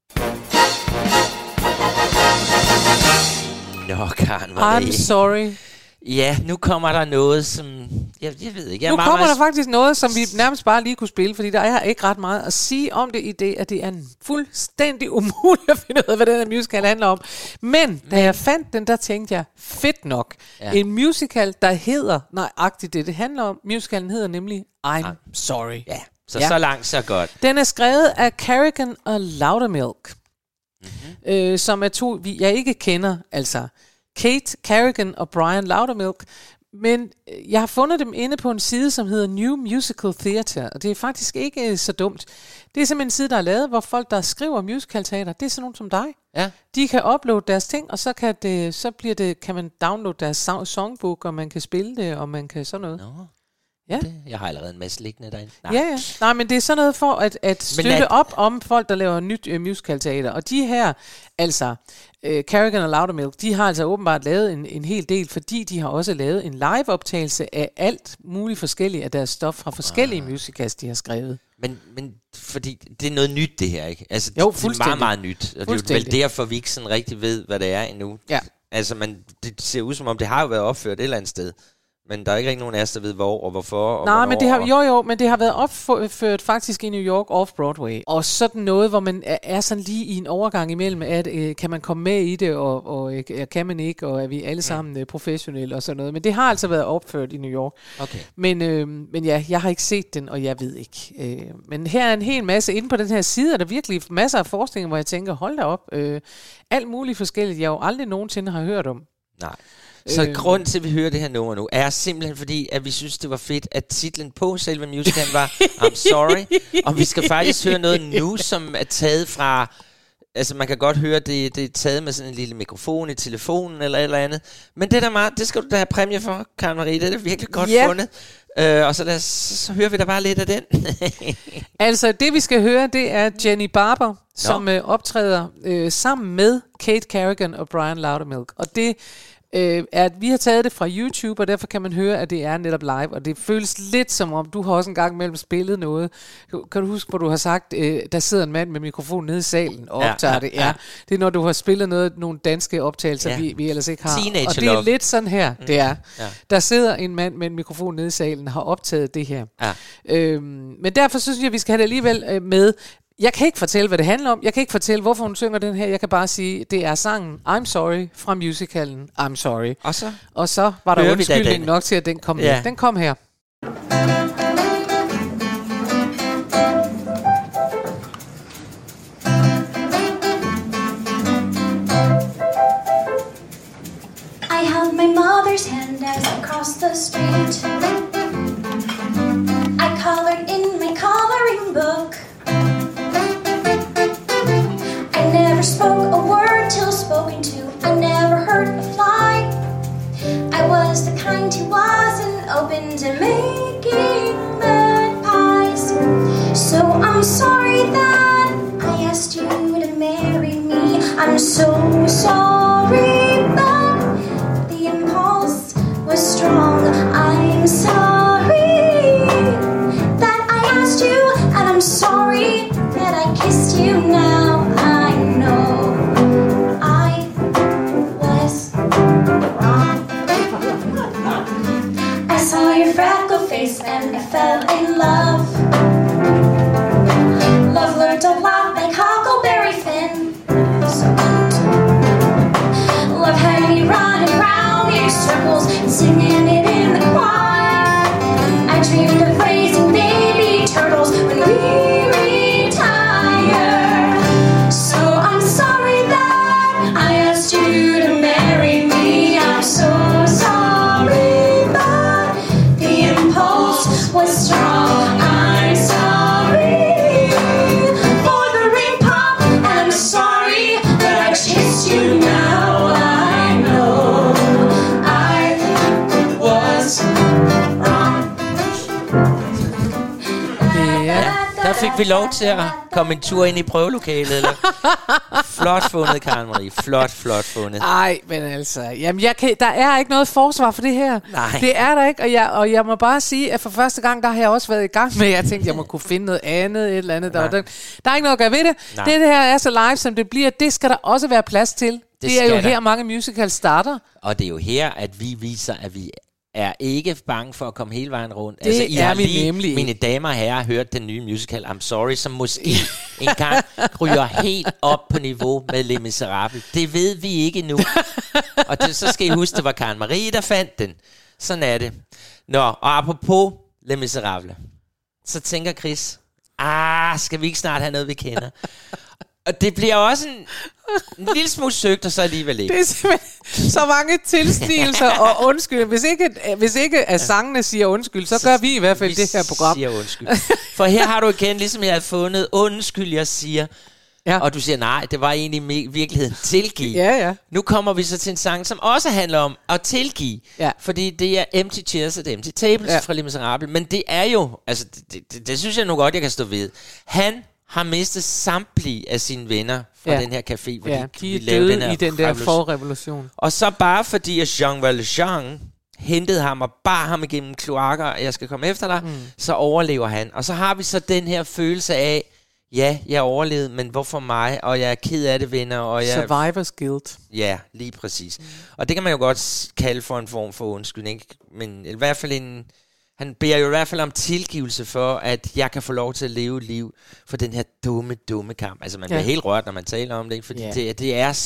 S2: Nå, Karen Marie.
S3: I'm sorry.
S2: Ja, nu kommer der noget, som... Jeg ved ikke.
S3: Nu kommer der faktisk noget, som vi nærmest bare lige kunne spille, fordi der er ikke ret meget at sige om det i det, at det er fuldstændig umuligt at finde ud af, hvad den her musical handler om. Men da jeg fandt den, der tænkte jeg, fedt nok. Ja. En musical, der hedder nøjagtigt det handler om. Musicalen hedder nemlig I'm Sorry.
S2: Ja, så langt, så godt.
S3: Den er skrevet af Carrigan og Loudermilk, som er to, jeg ikke kender, altså... Kate Carrigan og Brian Loudermilk, men jeg har fundet dem inde på en side, som hedder New Musical Theatre, og det er faktisk ikke så dumt. Det er simpelthen en side, der er lavet, hvor folk, der skriver musicalteater, det er sådan nogen som dig.
S2: Ja.
S3: De kan uploade deres ting, og så kan man downloade deres songbook, og man kan spille det, og man kan sådan noget.
S2: Nå. Ja. Jeg har allerede en masse liggende derinde.
S3: Ja. Nej, men det er sådan noget for at støtte op om folk, der laver nyt musicalteater. Og de her, altså Carrigan og Loudermilk, de har altså åbenbart lavet en hel del, fordi de har også lavet en live-optagelse af alt muligt forskelligt af deres stof fra forskellige musicals, de har skrevet.
S2: Men fordi det er noget nyt, det her, ikke? Altså,
S3: jo,
S2: det er meget, meget nyt. Og det er vel derfor, vi ikke sådan rigtig ved, hvad det er endnu.
S3: Ja.
S2: Altså, det ser ud som om, det har jo været opført et eller andet sted. Men der er ikke rigtig nogen af os, der ved hvor og hvorfor. Og
S3: nej, men det har, men det har været opført faktisk i New York off-Broadway. Og sådan noget, hvor man er sådan lige i en overgang imellem, at kan man komme med i det, og kan man ikke, og er vi alle sammen professionelle og sådan noget. Men det har altså været opført i New York.
S2: Okay.
S3: Men ja, jeg har ikke set den, og jeg ved ikke. Men her er en hel masse, inde på den her side, er der virkelig masser af forskning, hvor jeg tænker, hold da op, alt muligt forskelligt, jeg jo aldrig nogensinde har hørt om.
S2: Nej. Så grund til, at vi hører det her nummer nu, er simpelthen fordi, at vi synes, det var fedt, at titlen på selve musicalen var I'm Sorry. Og vi skal faktisk høre noget nu, som er taget fra... Altså, man kan godt høre, det er taget med sådan en lille mikrofon i telefonen eller et eller andet. Men det er da meget, det skal du da have præmie for, Karen Marie. Det er virkelig godt fundet. Og så hører vi da bare lidt af den.
S3: Altså, det vi skal høre, det er Jenny Barber, som optræder sammen med Kate Carrigan og Brian Loudermilk. Og det... at vi har taget det fra YouTube, og derfor kan man høre, at det er netop live, og det føles lidt som om, du har også en gang mellem spillet noget. Kan du huske, hvor du har sagt, der sidder en mand med mikrofon nede i salen og optager det? Ja. Det er, når du har spillet nogle danske optagelser, vi ellers ikke har.
S2: Teenage
S3: og det
S2: Love.
S3: er lidt sådan her, det er. Ja. Der sidder en mand med en mikrofon nede i salen og har optaget det her. Ja. Men derfor synes jeg, at vi skal have det alligevel med. Jeg kan ikke fortælle, hvad det handler om. Jeg kan ikke fortælle, hvorfor hun synger den her. Jeg kan bare sige, det er sangen I'm Sorry fra musicalen I'm Sorry. Og så var der undskyldning nok til, at den kom med. Den kom her.
S12: I held my mother's hand as I crossed the street. I colored in my coloring book. I never spoke a word till spoken to. I never heard a fly. I was the kind who wasn't open to making mud pies. So I'm sorry that I asked you to marry me. I'm so sorry, but the impulse was strong. I'm sorry that I asked you, and I'm sorry that I kissed you. Now I know I was wrong. I saw your freckled face and I fell in love. Love learned to laugh like Huckleberry Finn. So cute. Love had me running round in circles and singing it in the choir. I dreamed of raising baby turtles when we retire. So I'm sorry that I asked you to marry me. I'm so sorry, but the impulse was strong. I'm sorry for the ring pop, and I'm sorry that I kissed you. Now I know I was wrong.
S2: Der fik vi lov til at komme en tur ind i prøvelokalet. Eller? Flot fundet, Karen Marie. Flot fundet.
S3: Ej, men altså, jamen der er ikke noget forsvar for det her.
S2: Nej.
S3: Det er der ikke, og jeg må bare sige, at for første gang, der har jeg også været i gang med, jeg tænkte, jeg må kunne finde noget andet, et eller andet. Der er ikke noget at gøre ved det. Nej. Det her er så live, som det bliver. Det skal der også være plads til. Det er jo her, mange musicals starter.
S2: Og det er jo her, at vi viser, at vi er ikke bange for at komme hele vejen rundt.
S3: Det
S2: I har lige,
S3: nemlig.
S2: mine damer og herrer, hørt den nye musical I'm Sorry, som måske engang ryger helt op på niveau med Les Misérables. Det ved vi ikke nu. Og så skal I huske, det var Karen Marie, der fandt den. Sådan er det. Nå, og apropos Les Misérables, så tænker Chris, skal vi ikke snart have noget, vi kender? Og det bliver også en lille smule søgt, og så alligevel ikke.
S3: Det er simpelthen så mange tilstigelser og undskyld. Hvis ikke at sangene siger undskyld, så gør vi i hvert fald det her program.
S2: Siger undskyld. For her har du igen, ligesom jeg har fundet, undskyld, jeg siger. Ja. Og du siger, nej, det var egentlig i virkeligheden tilgive.
S3: Ja. Nu
S2: kommer vi så til en sang, som også handler om at tilgive. Ja. Fordi det er Empty Chairs and Empty Tables fra Les Misérables. Men det er jo, altså det synes jeg nu godt, jeg kan stå ved. Han har mistet samtlige af sine venner fra den her café, hvor
S3: de lavede den her i den der forrevolution.
S2: Og så bare fordi at Jean Valjean hentede ham og bar ham igennem kloakker, og jeg skal komme efter dig, så overlever han. Og så har vi så den her følelse af, ja, jeg overlevede, men hvorfor mig? Og jeg er ked af det, venner. Og
S3: Survivor's guilt.
S2: Ja, lige præcis. Og det kan man jo godt kalde for en form for undskyldning, men i hvert fald han beder jo i hvert fald om tilgivelse for, at jeg kan få lov til at leve et liv for den her dumme kamp. Altså, man bliver helt rørt, når man taler om det, ikke? Fordi det er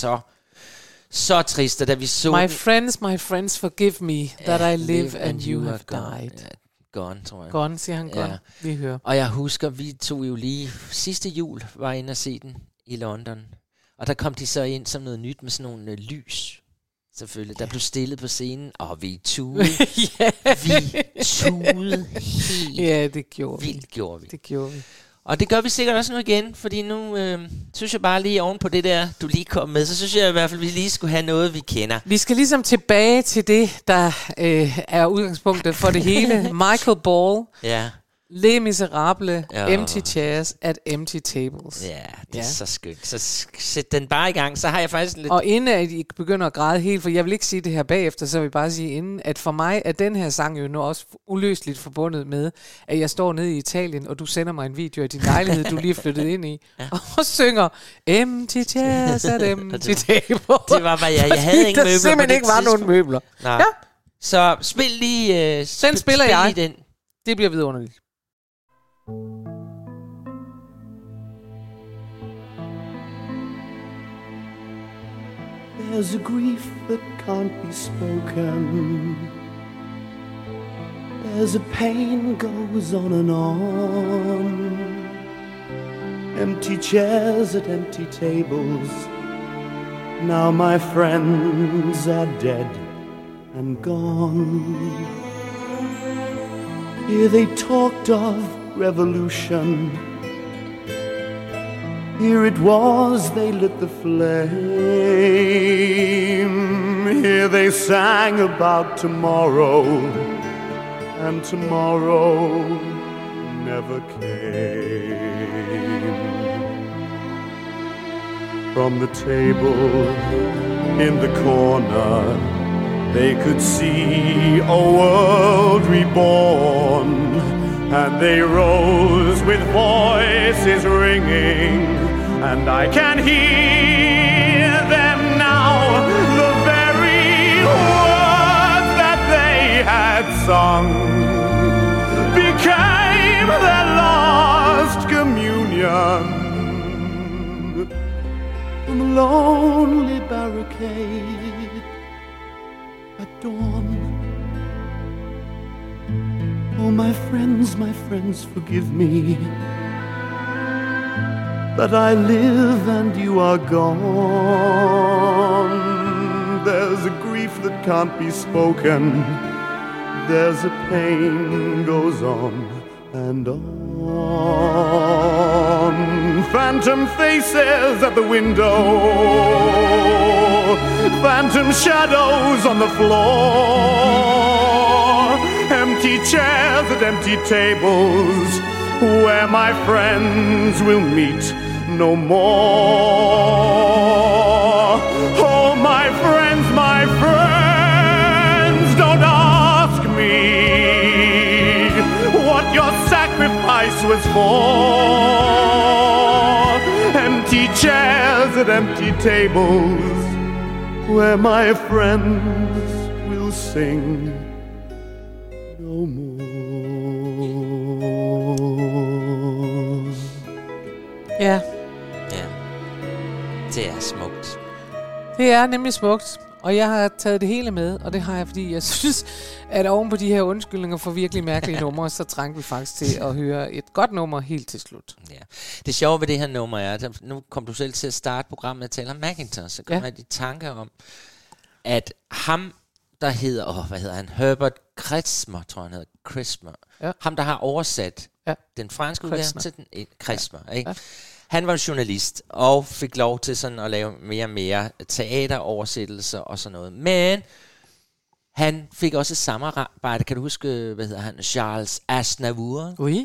S2: så trist, da vi så...
S12: My friends, forgive me that I live and you have died.
S2: Gone, tror jeg.
S3: Gone, siger han. Gone. Vi hører.
S2: Og jeg husker, vi tog jo lige sidste jul, var inde og se den i London. Og der kom de så ind som noget nyt med sådan nogle lys. Selvfølgelig. Der blev stillet på scenen, og vi tudede. Vi tudede helt.
S3: Ja, det gjorde
S2: vildt
S3: vi.
S2: Gjorde vi.
S3: Det gjorde vi.
S2: Og det gør vi sikkert også nu igen, fordi nu synes jeg bare lige oven på det der, du lige kom med, så synes jeg i hvert fald, vi lige skulle have noget, vi kender.
S3: Vi skal ligesom tilbage til det, der er udgangspunktet for det hele. Michael Ball.
S2: Ja.
S3: Les Misérables, Empty Chairs at Empty Tables.
S2: Ja, det er så skønt. Så sæt den bare i gang, så har jeg faktisk lidt...
S3: Og inden at I begynder at græde helt, for jeg vil ikke sige det her bagefter, så vil jeg bare sige inden, at for mig er den her sang jo nu også uløseligt forbundet med, at jeg står nede i Italien, og du sender mig en video af din lejlighed, du lige er flyttet ind i, og synger Empty Chairs at Empty Tables.
S2: Det var bare, jeg havde ingen møbler.
S3: Der simpelthen ikke var nogen møbler.
S2: Nej. Ja. Så spil lige...
S3: Den spiller jeg.
S2: Den.
S3: Det bliver vidunderligt.
S13: There's a grief that can't be spoken. There's a pain goes on and on. Empty chairs at empty tables. Now my friends are dead and gone. Here they talked of revolution. Here it was they lit the flame. Here they sang about tomorrow, and tomorrow never came. from the table in the corner. They could see a world reborn, and they rose with voices ringing, and I can hear them now, the very words that they had sung became their last communion. From a lonely barricade at dawn. Oh, my friends, forgive me that I live and you are gone. There's a grief that can't be spoken. There's a pain goes on and on. Phantom faces at the window, phantom shadows on the floor, empty chairs at empty tables where my friends will meet no more. Oh, my friends, don't ask me what your sacrifice was for. Empty chairs at empty tables where my friends will sing no more.
S3: Ja.
S2: Ja. Det er smukt.
S3: Det er nemlig smukt. Og jeg har taget det hele med, og det har jeg, fordi jeg synes, at oven på de her undskyldninger for virkelig mærkelige numre, så trængte vi faktisk til at høre et godt nummer helt til slut.
S2: Ja. Det sjove ved det her nummer er, at nu kom du selv til at starte programmet og tale om Macintosh, så kom jeg i tanke om, at ham, der hedder, hvad hedder han? Herbert Kretzmer, tror jeg han hedder. Kretzmer. Ja. Ham, der har oversat den franske udgave til den Kretzmer, ikke? Ja. Han var journalist og fik lov til sådan at lave mere og mere teateroversættelser og sådan noget. Men han fik også samarbejde. Kan du huske, hvad hedder han? Charles Aznavour.
S3: Oui.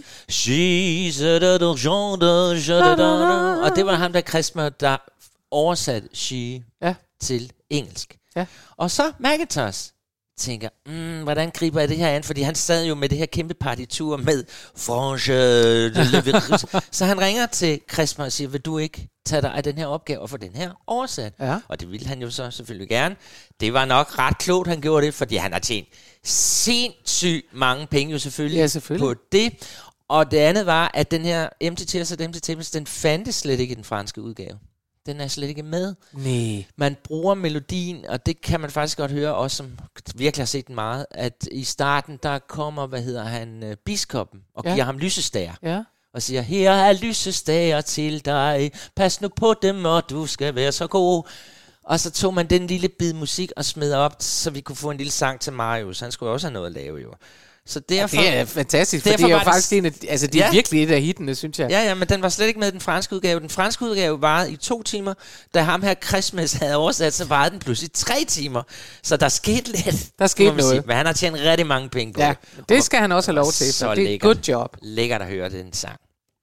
S2: Og det var ham, der Kretzmer, der oversatte She til engelsk. Ja. Og så Macintosh tænker, hvordan griber jeg det her an? Fordi han sad jo med det her kæmpe partitur med Franche de Virus. Så han ringer til Kretzmer og siger, vil du ikke tage dig af den her opgave og få den her oversat? Ja. Og det ville han jo så selvfølgelig gerne. Det var nok ret klogt, han gjorde det, fordi han har tjent sindssygt mange penge jo selvfølgelig, på det. Og det andet var, at den her Empty Chairs og Empty Tables, den fandtes slet ikke i den franske udgave. Den er slet ikke med.
S3: Nej.
S2: Man bruger melodien, og det kan man faktisk godt høre, også som virkelig har set den meget, at i starten, der kommer, biskoppen, og giver ham lysestager. Ja. Og siger, her er lysestager til dig, pas nu på dem, og du skal være så god. Og så tog man den lille bid musik og smed op, så vi kunne få en lille sang til Marius. Han skulle også have noget at lave, jo. Så derfor,
S3: det er fantastisk, for det er jo faktisk en af, altså det er virkelig et af hittene, synes jeg.
S2: Ja, men den var slet ikke med i den franske udgave. Den franske udgave varede i 2 timer. Da ham her Kretzmer havde oversat, så varede den pludselig 3 timer. Så der skete lidt.
S3: Der skete noget.
S2: Men han har tjent rigtig mange penge på det.
S3: Det skal han også have lov til, så det er et good job.
S2: Lækkert at høre den sang.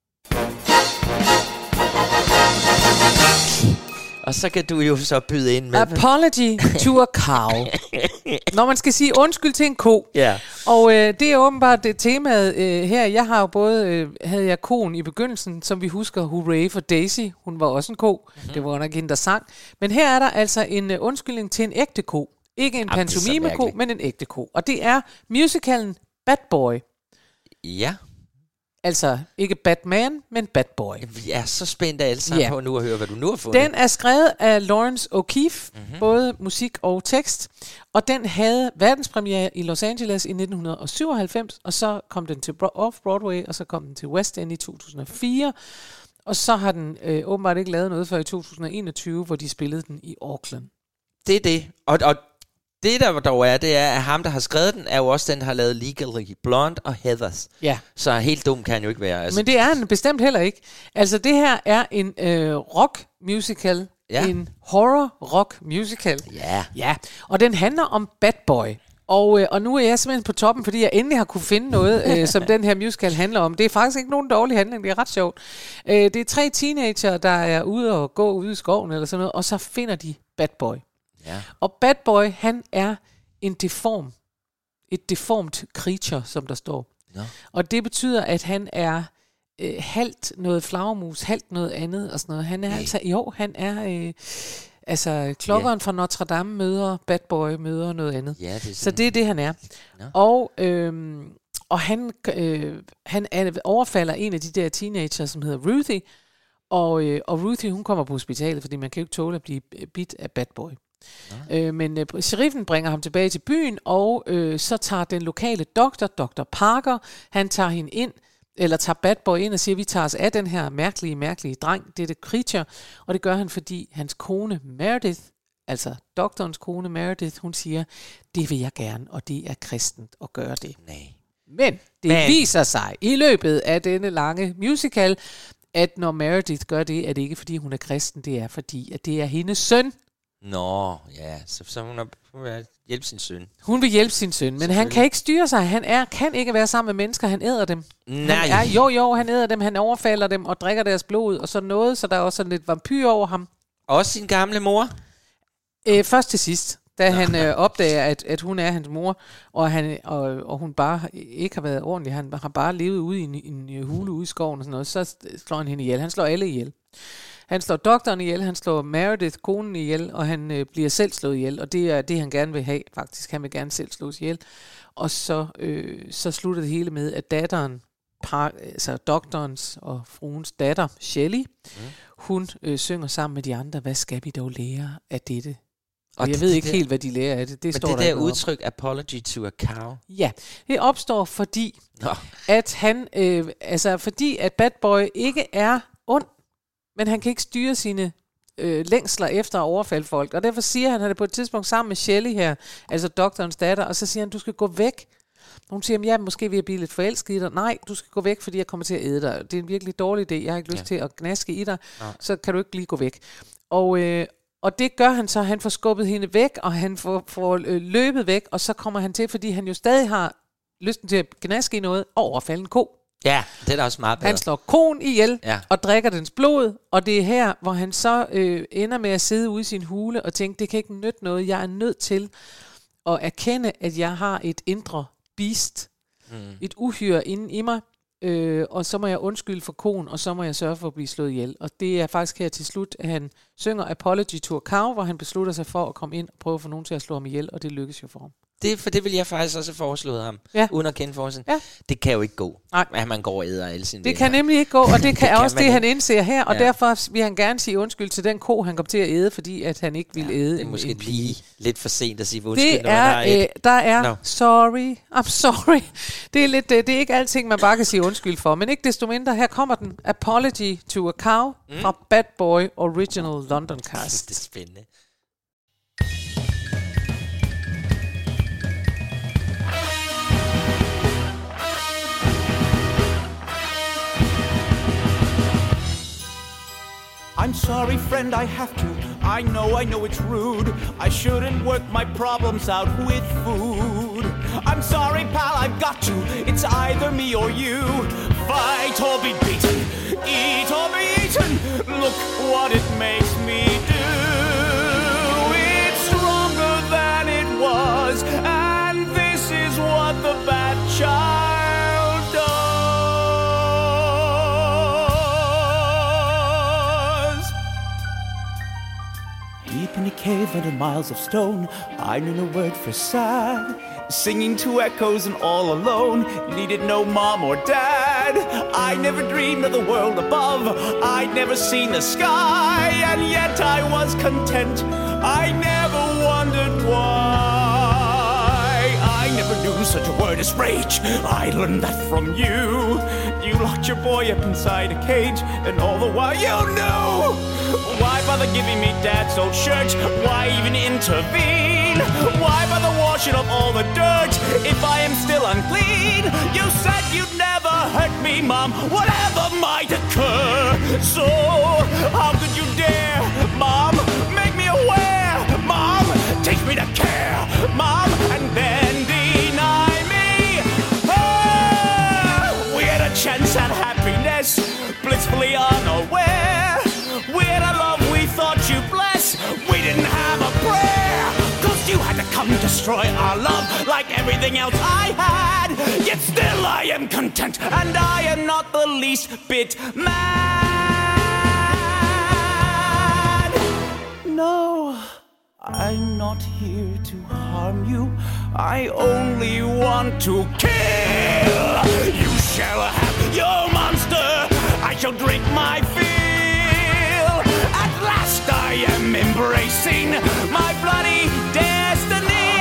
S2: Og så kan du jo så byde ind med
S3: Apology to a cow. Når man skal sige undskyld til en ko.
S2: Ja.
S3: Og det er åbenbart det temaet her. Jeg har jo både, havde jeg koen i begyndelsen, som vi husker, Hooray for Daisy. Hun var også en ko. Mm-hmm. Det var nok hende, der sang. Men her er der altså en undskyldning til en ægte ko. Ikke en pantomime-ko, men en ægte ko. Og det er musicalen Bad Boy.
S2: Ja.
S3: Altså ikke Batman, men Bad Boy.
S2: Vi er så spændte alle sammen på nu at høre, hvad du nu har fundet.
S3: Den er skrevet af Lawrence O'Keefe, både musik og tekst. Og den havde verdenspremiere i Los Angeles i 1997, og så kom den til Off-Broadway, og så kom den til West End i 2004. Og så har den åbenbart ikke lavet noget før i 2021, hvor de spillede den i Auckland.
S2: Det er det. Og det der dog er, det er, at ham, der har skrevet den, er jo også den, der har lavet Legally Blonde og Heathers.
S3: Ja.
S2: Så helt dum kan han jo ikke være. Altså.
S3: Men det er han bestemt heller ikke. Altså det her er en rock musical. Ja. En horror rock musical.
S2: Ja.
S3: Ja. Og den handler om Bad Boy. Og nu er jeg simpelthen på toppen, fordi jeg endelig har kunne finde noget, som den her musical handler om. Det er faktisk ikke nogen dårlig handling, det er ret sjovt. Det er 3 teenager, der er ude og gå ude i skoven eller sådan noget, og så finder de Bad Boy. Ja. Og Bad Boy, han er et deformed creature, som der står. Ja. Og det betyder, at han er halvt noget flagermus, halvt noget andet og sådan noget. Han er altså klokkeren fra Notre Dame møder Bad Boy, møder noget andet. Ja, det så det er det, han er. Ja. Og han overfalder en af de der teenager, som hedder Ruthie. Og Ruthie, hun kommer på hospitalet, fordi man kan jo ikke tåle at blive bidt af Bad Boy. Ja. Men sheriffen bringer ham tilbage til byen, og så tager den lokale doktor, Dr. Parker, han tager hende ind, eller tager Bad Boy ind og siger, vi tager os af den her mærkelige dreng, det er det creature, og det gør han, fordi hans kone Meredith, altså doktorens kone Meredith, hun siger, det vil jeg gerne, og det er kristent at gøre det.
S2: Nej.
S3: Men det viser sig i løbet af denne lange musical, at når Meredith gør det, er det ikke fordi hun er kristen, det er fordi, at det er hendes søn.
S2: Nå, ja, så hun vil hjælpe sin søn.
S3: Hun vil hjælpe sin søn, men han kan ikke styre sig. Han kan ikke være sammen med mennesker, han æder dem.
S2: Nej.
S3: Han æder dem, han overfalder dem og drikker deres blod og sådan noget, så der er også sådan lidt vampyr over ham.
S2: Også sin gamle mor?
S3: Først til sidst, da han opdager, at hun er hans mor, og hun bare ikke har været ordentlig. Han har bare levet ude i en hule ude i skoven og sådan noget, så slår han hende ihjel. Han slår alle ihjel. Han slår doktoren ihjel, han slår Meredith, konen ihjel, og han bliver selv slået ihjel, og det er det, han gerne vil have, faktisk. Han vil gerne selv slås ihjel. Og så slutter det hele med, at datteren, altså doktorens og fruens datter, Shelley, hun synger sammen med de andre, hvad skal vi dog lære af dette? Og jeg ved ikke helt, hvad de lærer af det.
S2: Det står der udtryk, apology to a cow?
S3: Ja, det opstår fordi, at han, fordi at Bad Boy ikke er ond, men han kan ikke styre sine længsler efter at overfalde folk. Og derfor siger han det på et tidspunkt sammen med Shelley her, altså doktorens datter, og så siger han, du skal gå væk. Hun siger, ja, måske vil jeg blive lidt forelsket i dig. Nej, du skal gå væk, fordi jeg kommer til at æde dig. Det er en virkelig dårlig idé. Jeg har ikke lyst til at gnaske i dig, så kan du ikke lige gå væk. Og det gør han så. Han får skubbet hende væk, og han får løbet væk, og så kommer han til, fordi han jo stadig har lysten til at gnaske i noget, og overfalde en ko.
S2: Ja, det er da også meget bedre.
S3: Han slår koen ihjel og drikker dens blod, og det er her, hvor han så ender med at sidde ude i sin hule og tænke, det kan ikke nytte noget. Jeg er nødt til at erkende, at jeg har et indre beast, et uhyre inde i mig, og så må jeg undskylde for koen, og så må jeg sørge for at blive slået ihjel. Og det er faktisk her til slut, at han synger Apology to a Cow, hvor han beslutter sig for at komme ind og prøve at få nogen til at slå ham ihjel, og det lykkes jo for ham.
S2: Det vil jeg faktisk også have foreslået ham, uden at kende forestillingen. Ja. Det kan jo ikke gå, at man går og æder alle sine
S3: Det kan nemlig ikke gå, og det kan også det, han indser her, og derfor vil han gerne sige undskyld til den ko, han kom til at æde, fordi at han ikke ville æde.
S2: Det er måske lige lidt for sent at sige undskyld,
S3: sorry, I'm sorry. Det er ikke alting, man bare kan sige undskyld for, men ikke desto mindre, her kommer den. Apology to a Cow fra Bad Boy Original London Cast.
S2: Det er spændende.
S14: I'm sorry, friend, I have to. I know it's rude. I shouldn't work my problems out with food. I'm sorry, pal, I've got to. It's either me or you. Fight or be beaten. Eat or be eaten. Look what it makes me do. It's stronger than it was. And this is what the bad child does. Deep in a cave under miles of stone, I knew no word for sad. Singing to echoes and all alone, needed no mom or dad. I never dreamed of the world above, I'd never seen the sky, and yet I was content. I never wondered why. I never knew such a word as rage. I learned that from you. You locked your boy up inside a cage, and all the while you knew. Why bother giving me dad's old shirt? Why even intervene? Why bother washing up all the dirt if I am still unclean? You said you'd never hurt me, Mom, whatever might occur. So how could you dare, Mom, make me aware? Mom, teach me to care, Mom, and then chance at happiness, blissfully unaware. We had a love we thought you blessed. We didn't have a prayer, 'cause you had to come destroy our love like everything else I had. Yet still I am content, and I am not the least bit mad. No, I'm not here to harm you. I only want to kill. You shall have your monster. I shall drink my fill. At last I am embracing my bloody destiny.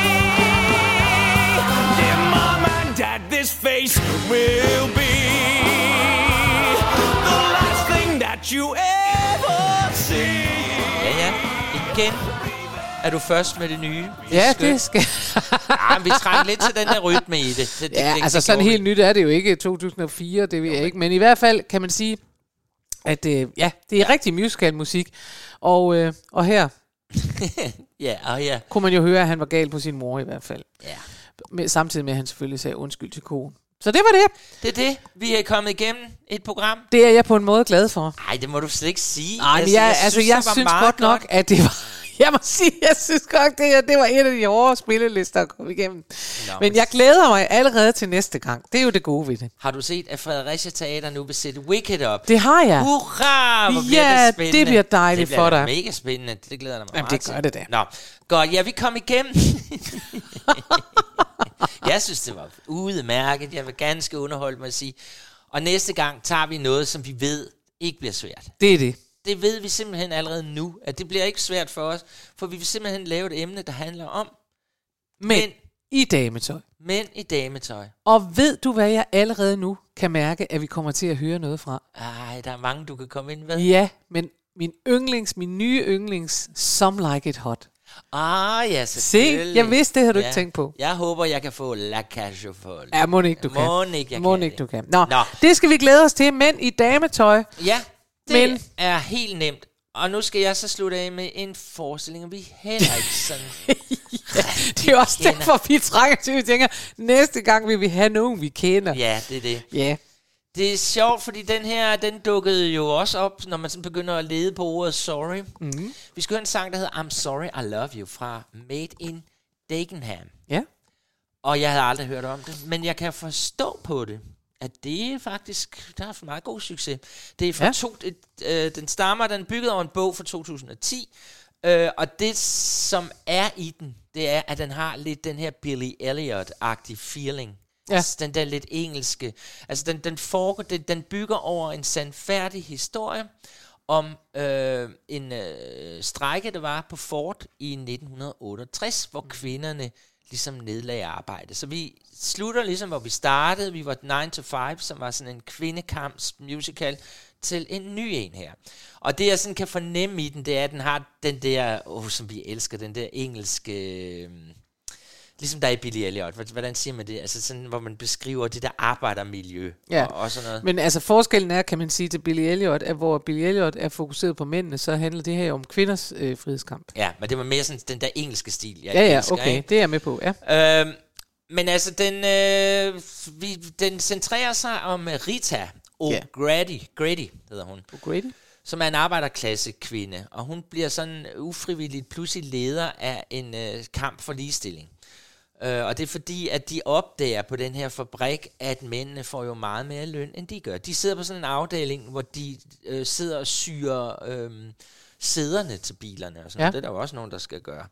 S14: Dear Mom and Dad, this face will be the last thing that you ever see.
S2: Ja, igen. Er du først med det nye?
S3: Ja, det skal...
S2: Vi trænger lidt til den der rytme i det.
S3: Det sådan helt nyt er det jo ikke 2004, det ved jeg ikke. Men i hvert fald kan man sige, at det er rigtig musical musik. Og her kunne man jo høre, at han var gal på sin mor i hvert fald. Ja. Samtidig med, at han selvfølgelig sagde undskyld til konen. Så det var det.
S2: Det er det. Vi er kommet igennem et program.
S3: Det er jeg på en måde glad for.
S2: Nej, det må du slet ikke sige.
S3: Nej, men jeg synes godt nok, at det var... Jeg må sige, jeg synes godt, det var et af de hårde spillelister at komme igennem. Men jeg glæder mig allerede til næste gang. Det er jo det gode ved det.
S2: Har du set, at Fredericia Teater nu vil sætte Wicked op?
S3: Det har jeg.
S2: Hurra, hvor bliver det spændende.
S3: Det bliver dejligt for dig.
S2: Det bliver mega spændende. Det glæder jeg mig meget
S3: til. Jamen, det gør det da.
S2: Nå, godt. Ja, vi kom igennem. Jeg synes, det var udmærket. Jeg vil ganske underholdt mig at sige. Og næste gang tager vi noget, som vi ved ikke bliver svært.
S3: Det er det.
S2: Det ved vi simpelthen allerede nu, at det bliver ikke svært for os, for vi vil simpelthen lave et emne, der handler om
S3: mænd i dametøj.
S2: Mænd i dametøj.
S3: Og ved du, hvad jeg allerede nu kan mærke, at vi kommer til at høre noget fra?
S2: Ej, der er mange, du kan komme ind med.
S3: Ja, men min nye yndlings, Some Like It Hot.
S2: Ja, selvfølgelig.
S3: Se, jeg vidste, det havde du ikke tænkt på.
S2: Jeg håber, jeg kan få La Cage au Folles.
S3: Ja, må ikke, du kan.
S2: Må ikke,
S3: du kan. Nå, det skal vi glæde os til. Mænd i dametøj.
S2: Ja, det er helt nemt. Og nu skal jeg så slutte af med en forestilling, og vi heller ikke sådan...
S3: det er også derfor, vi trænger til, vi tænker, næste gang vil vi have nogen, vi kender.
S2: Ja, det er det.
S3: Ja.
S2: Det er sjovt, fordi den dukkede jo også op, når man sådan begynder at lede på ordet sorry. Mm-hmm. Vi skal høre en sang, der hedder I'm Sorry, I Love You, fra Made in Dagenham.
S3: Ja.
S2: Og jeg havde aldrig hørt om det, men jeg kan forstå på det, at det er faktisk, der har haft meget god succes. Det er fra den er bygget over en bog fra 2010, og det som er i den, det er, at den har lidt den her Billy Elliot-agtige feeling. Ja. Altså, den der lidt engelske. Altså den bygger over en sandfærdig historie om en strejke, der var på Ford i 1968, hvor kvinderne ligesom nedlagde arbejde. Så vi slutter ligesom, hvor vi startede. Vi var 9 to 5, som var sådan en kvindekamps musical, til en ny en her. Og det jeg sådan kan fornemme i den, det er, at den har den der, som vi elsker, den der engelske... Ligesom der er i Billy Elliot. Hvordan siger man det? Altså sådan, hvor man beskriver det der arbejdermiljø og sådan noget.
S3: Men altså forskellen er, kan man sige, til Billy Elliot, at hvor Billy Elliot er fokuseret på mændene, så handler det her om kvinders frihedskamp.
S2: Ja, men det var mere sådan den der engelske stil, jeg
S3: elsker, okay, ikke? Det er jeg med på, ja.
S2: Men altså, den centrerer sig om Rita O'Grady, hedder hun.
S3: O'Grady?
S2: Som er en arbejderklasse kvinde, og hun bliver sådan ufrivilligt pludselig leder af en kamp for ligestilling. Og det er fordi, at de opdager på den her fabrik, at mændene får jo meget mere løn, end de gør. De sidder på sådan en afdeling, hvor de sidder og syr sæderne til bilerne. Og sådan. Ja. Det er der jo også nogen, der skal gøre.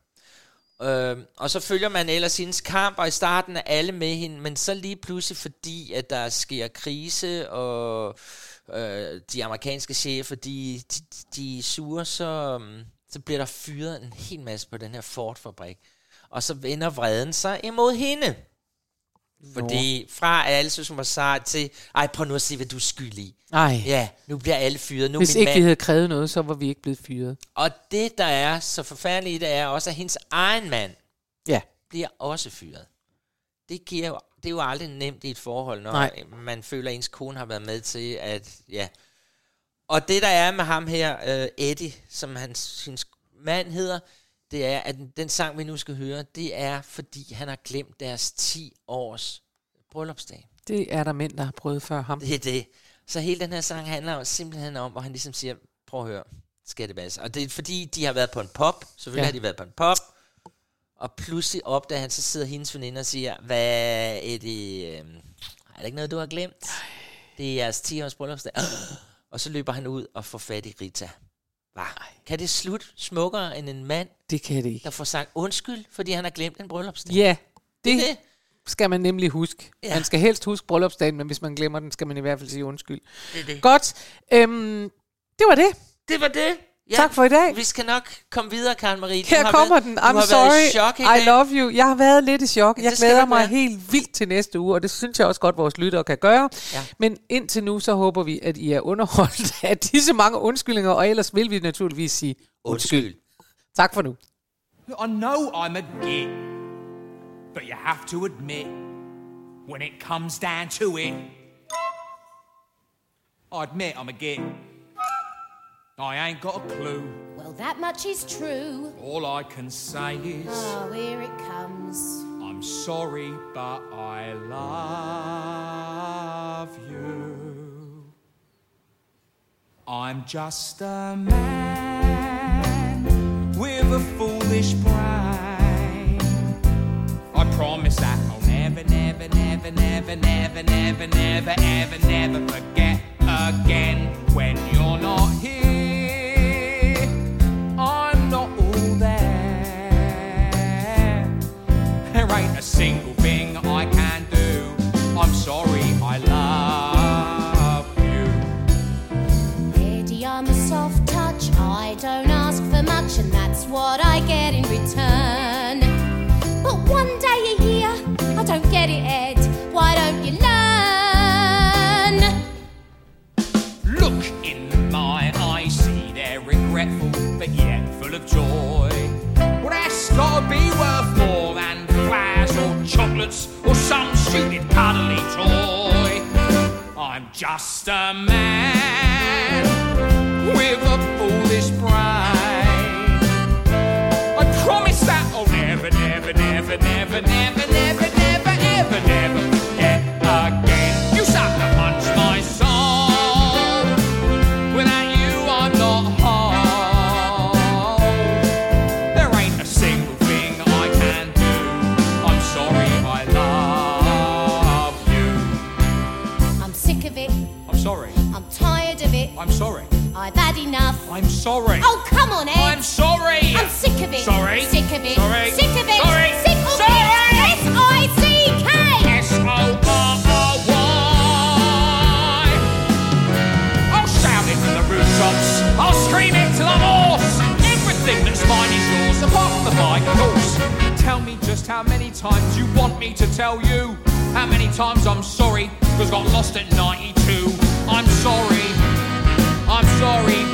S2: Og så følger man ellers hendes kamp, og i starten er alle med hende, men så lige pludselig, fordi at der sker krise, og de amerikanske chefer, de er sure, så bliver der fyret en hel masse på den her Ford-fabrik. Og så vender vreden sig imod hende. Fordi fra at alle synes, hun var sejt til, prøv nu at se, hvad du er skyldig i. Ja, nu bliver alle fyret. Nu
S3: hvis ikke vi havde krævet noget, så var vi ikke blevet fyret.
S2: Og det, der er så forfærdeligt i det, er også, at hendes egen mand bliver også fyret. Det er jo aldrig nemt i et forhold, når man føler, at ens kone har været med til, at Og det, der er med ham her, Eddie, som hendes mand hedder, det er, at den sang, vi nu skal høre, det er, fordi han har glemt deres 10 års bryllupsdag.
S3: Det er der mænd, der har prøvet før ham.
S2: Det er det. Så hele den her sang handler jo simpelthen om, hvor han ligesom siger, prøv at høre, skattebasse. Og det er fordi, de har været på en pop. Selvfølgelig har de været på en pop. Og pludselig opdager han, så sidder hendes veninde og siger, hvad er det? Er der ikke noget, du har glemt? Det er jeres 10-års bryllupsdag. Og så løber han ud og får fat i Rita. Kan det slutte smukkere end en mand,
S3: det kan det ikke,
S2: der får sagt undskyld, fordi han har glemt en bryllupsdag?
S3: Ja, det skal man nemlig huske. Ja. Man skal helst huske bryllupsdagen, men hvis man glemmer den, skal man i hvert fald sige undskyld.
S2: Det.
S3: Godt. Det var det.
S2: Det var det. Ja,
S3: tak for i dag.
S2: Vi skal nok komme videre, Karen Marie.
S3: Her kommer den. I'm sorry. I love you. Jeg har været lidt i chok. Jeg glæder mig helt vildt til næste uge, og det synes jeg også godt, vores lyttere kan gøre. Ja. Men indtil nu, så håber vi, at I er underholdt af disse mange undskyldninger, og ellers vil vi naturligvis sige undskyld. Tak for nu.
S14: I know I'm a git, but you have to admit, when it comes down to it, I admit I'm a git. I ain't got a clue.
S15: Well, that much is true.
S14: All I can say is...
S15: Oh, here it comes.
S14: I'm sorry, but I love you. I'm just a man with a foolish brain. I promise that I'll never, never, never, never, never, never, never, ever, never forget again when you're not here. I'm not all there. There ain't a single thing I can do. I'm sorry, I love you.
S15: Eddie, I'm a soft touch. I don't ask for much, and that's what I get in return. But one day a year, I don't get it, Ed. Why don't you learn?
S14: Look in my eyes, see they're regretful, but yet full of joy. Well, that's gotta be worth more than flowers or chocolates or some stupid cuddly toy. I'm just a man with a foolish brain. I promise that I'll never, never, never, never, never, never, never, ever, never forget again. You sucker punch my soul. Without you, I'm not whole. There ain't a single thing I can do. I'm sorry, I love you.
S15: I'm sick of it.
S14: I'm sorry.
S15: I'm tired of it.
S14: I'm sorry.
S15: I've had enough.
S14: I'm sorry.
S15: Oh, come on, Ed.
S14: I'm sorry.
S15: I'm sick of it.
S14: Sorry.
S15: Sick of it.
S14: Sorry.
S15: Sick of it.
S14: Sorry.
S15: Sick of
S14: Sorry.
S15: it. S-I-C-K.
S14: S-O-R-R-Y. I'll shout it from the rooftops. I'll scream it till I'm hoarse. Everything that's mine is yours, apart from the bike, of course. Tell me just how many times you want me to tell you. How many times I'm sorry, 'cause got lost at 92. I'm sorry. I'm sorry,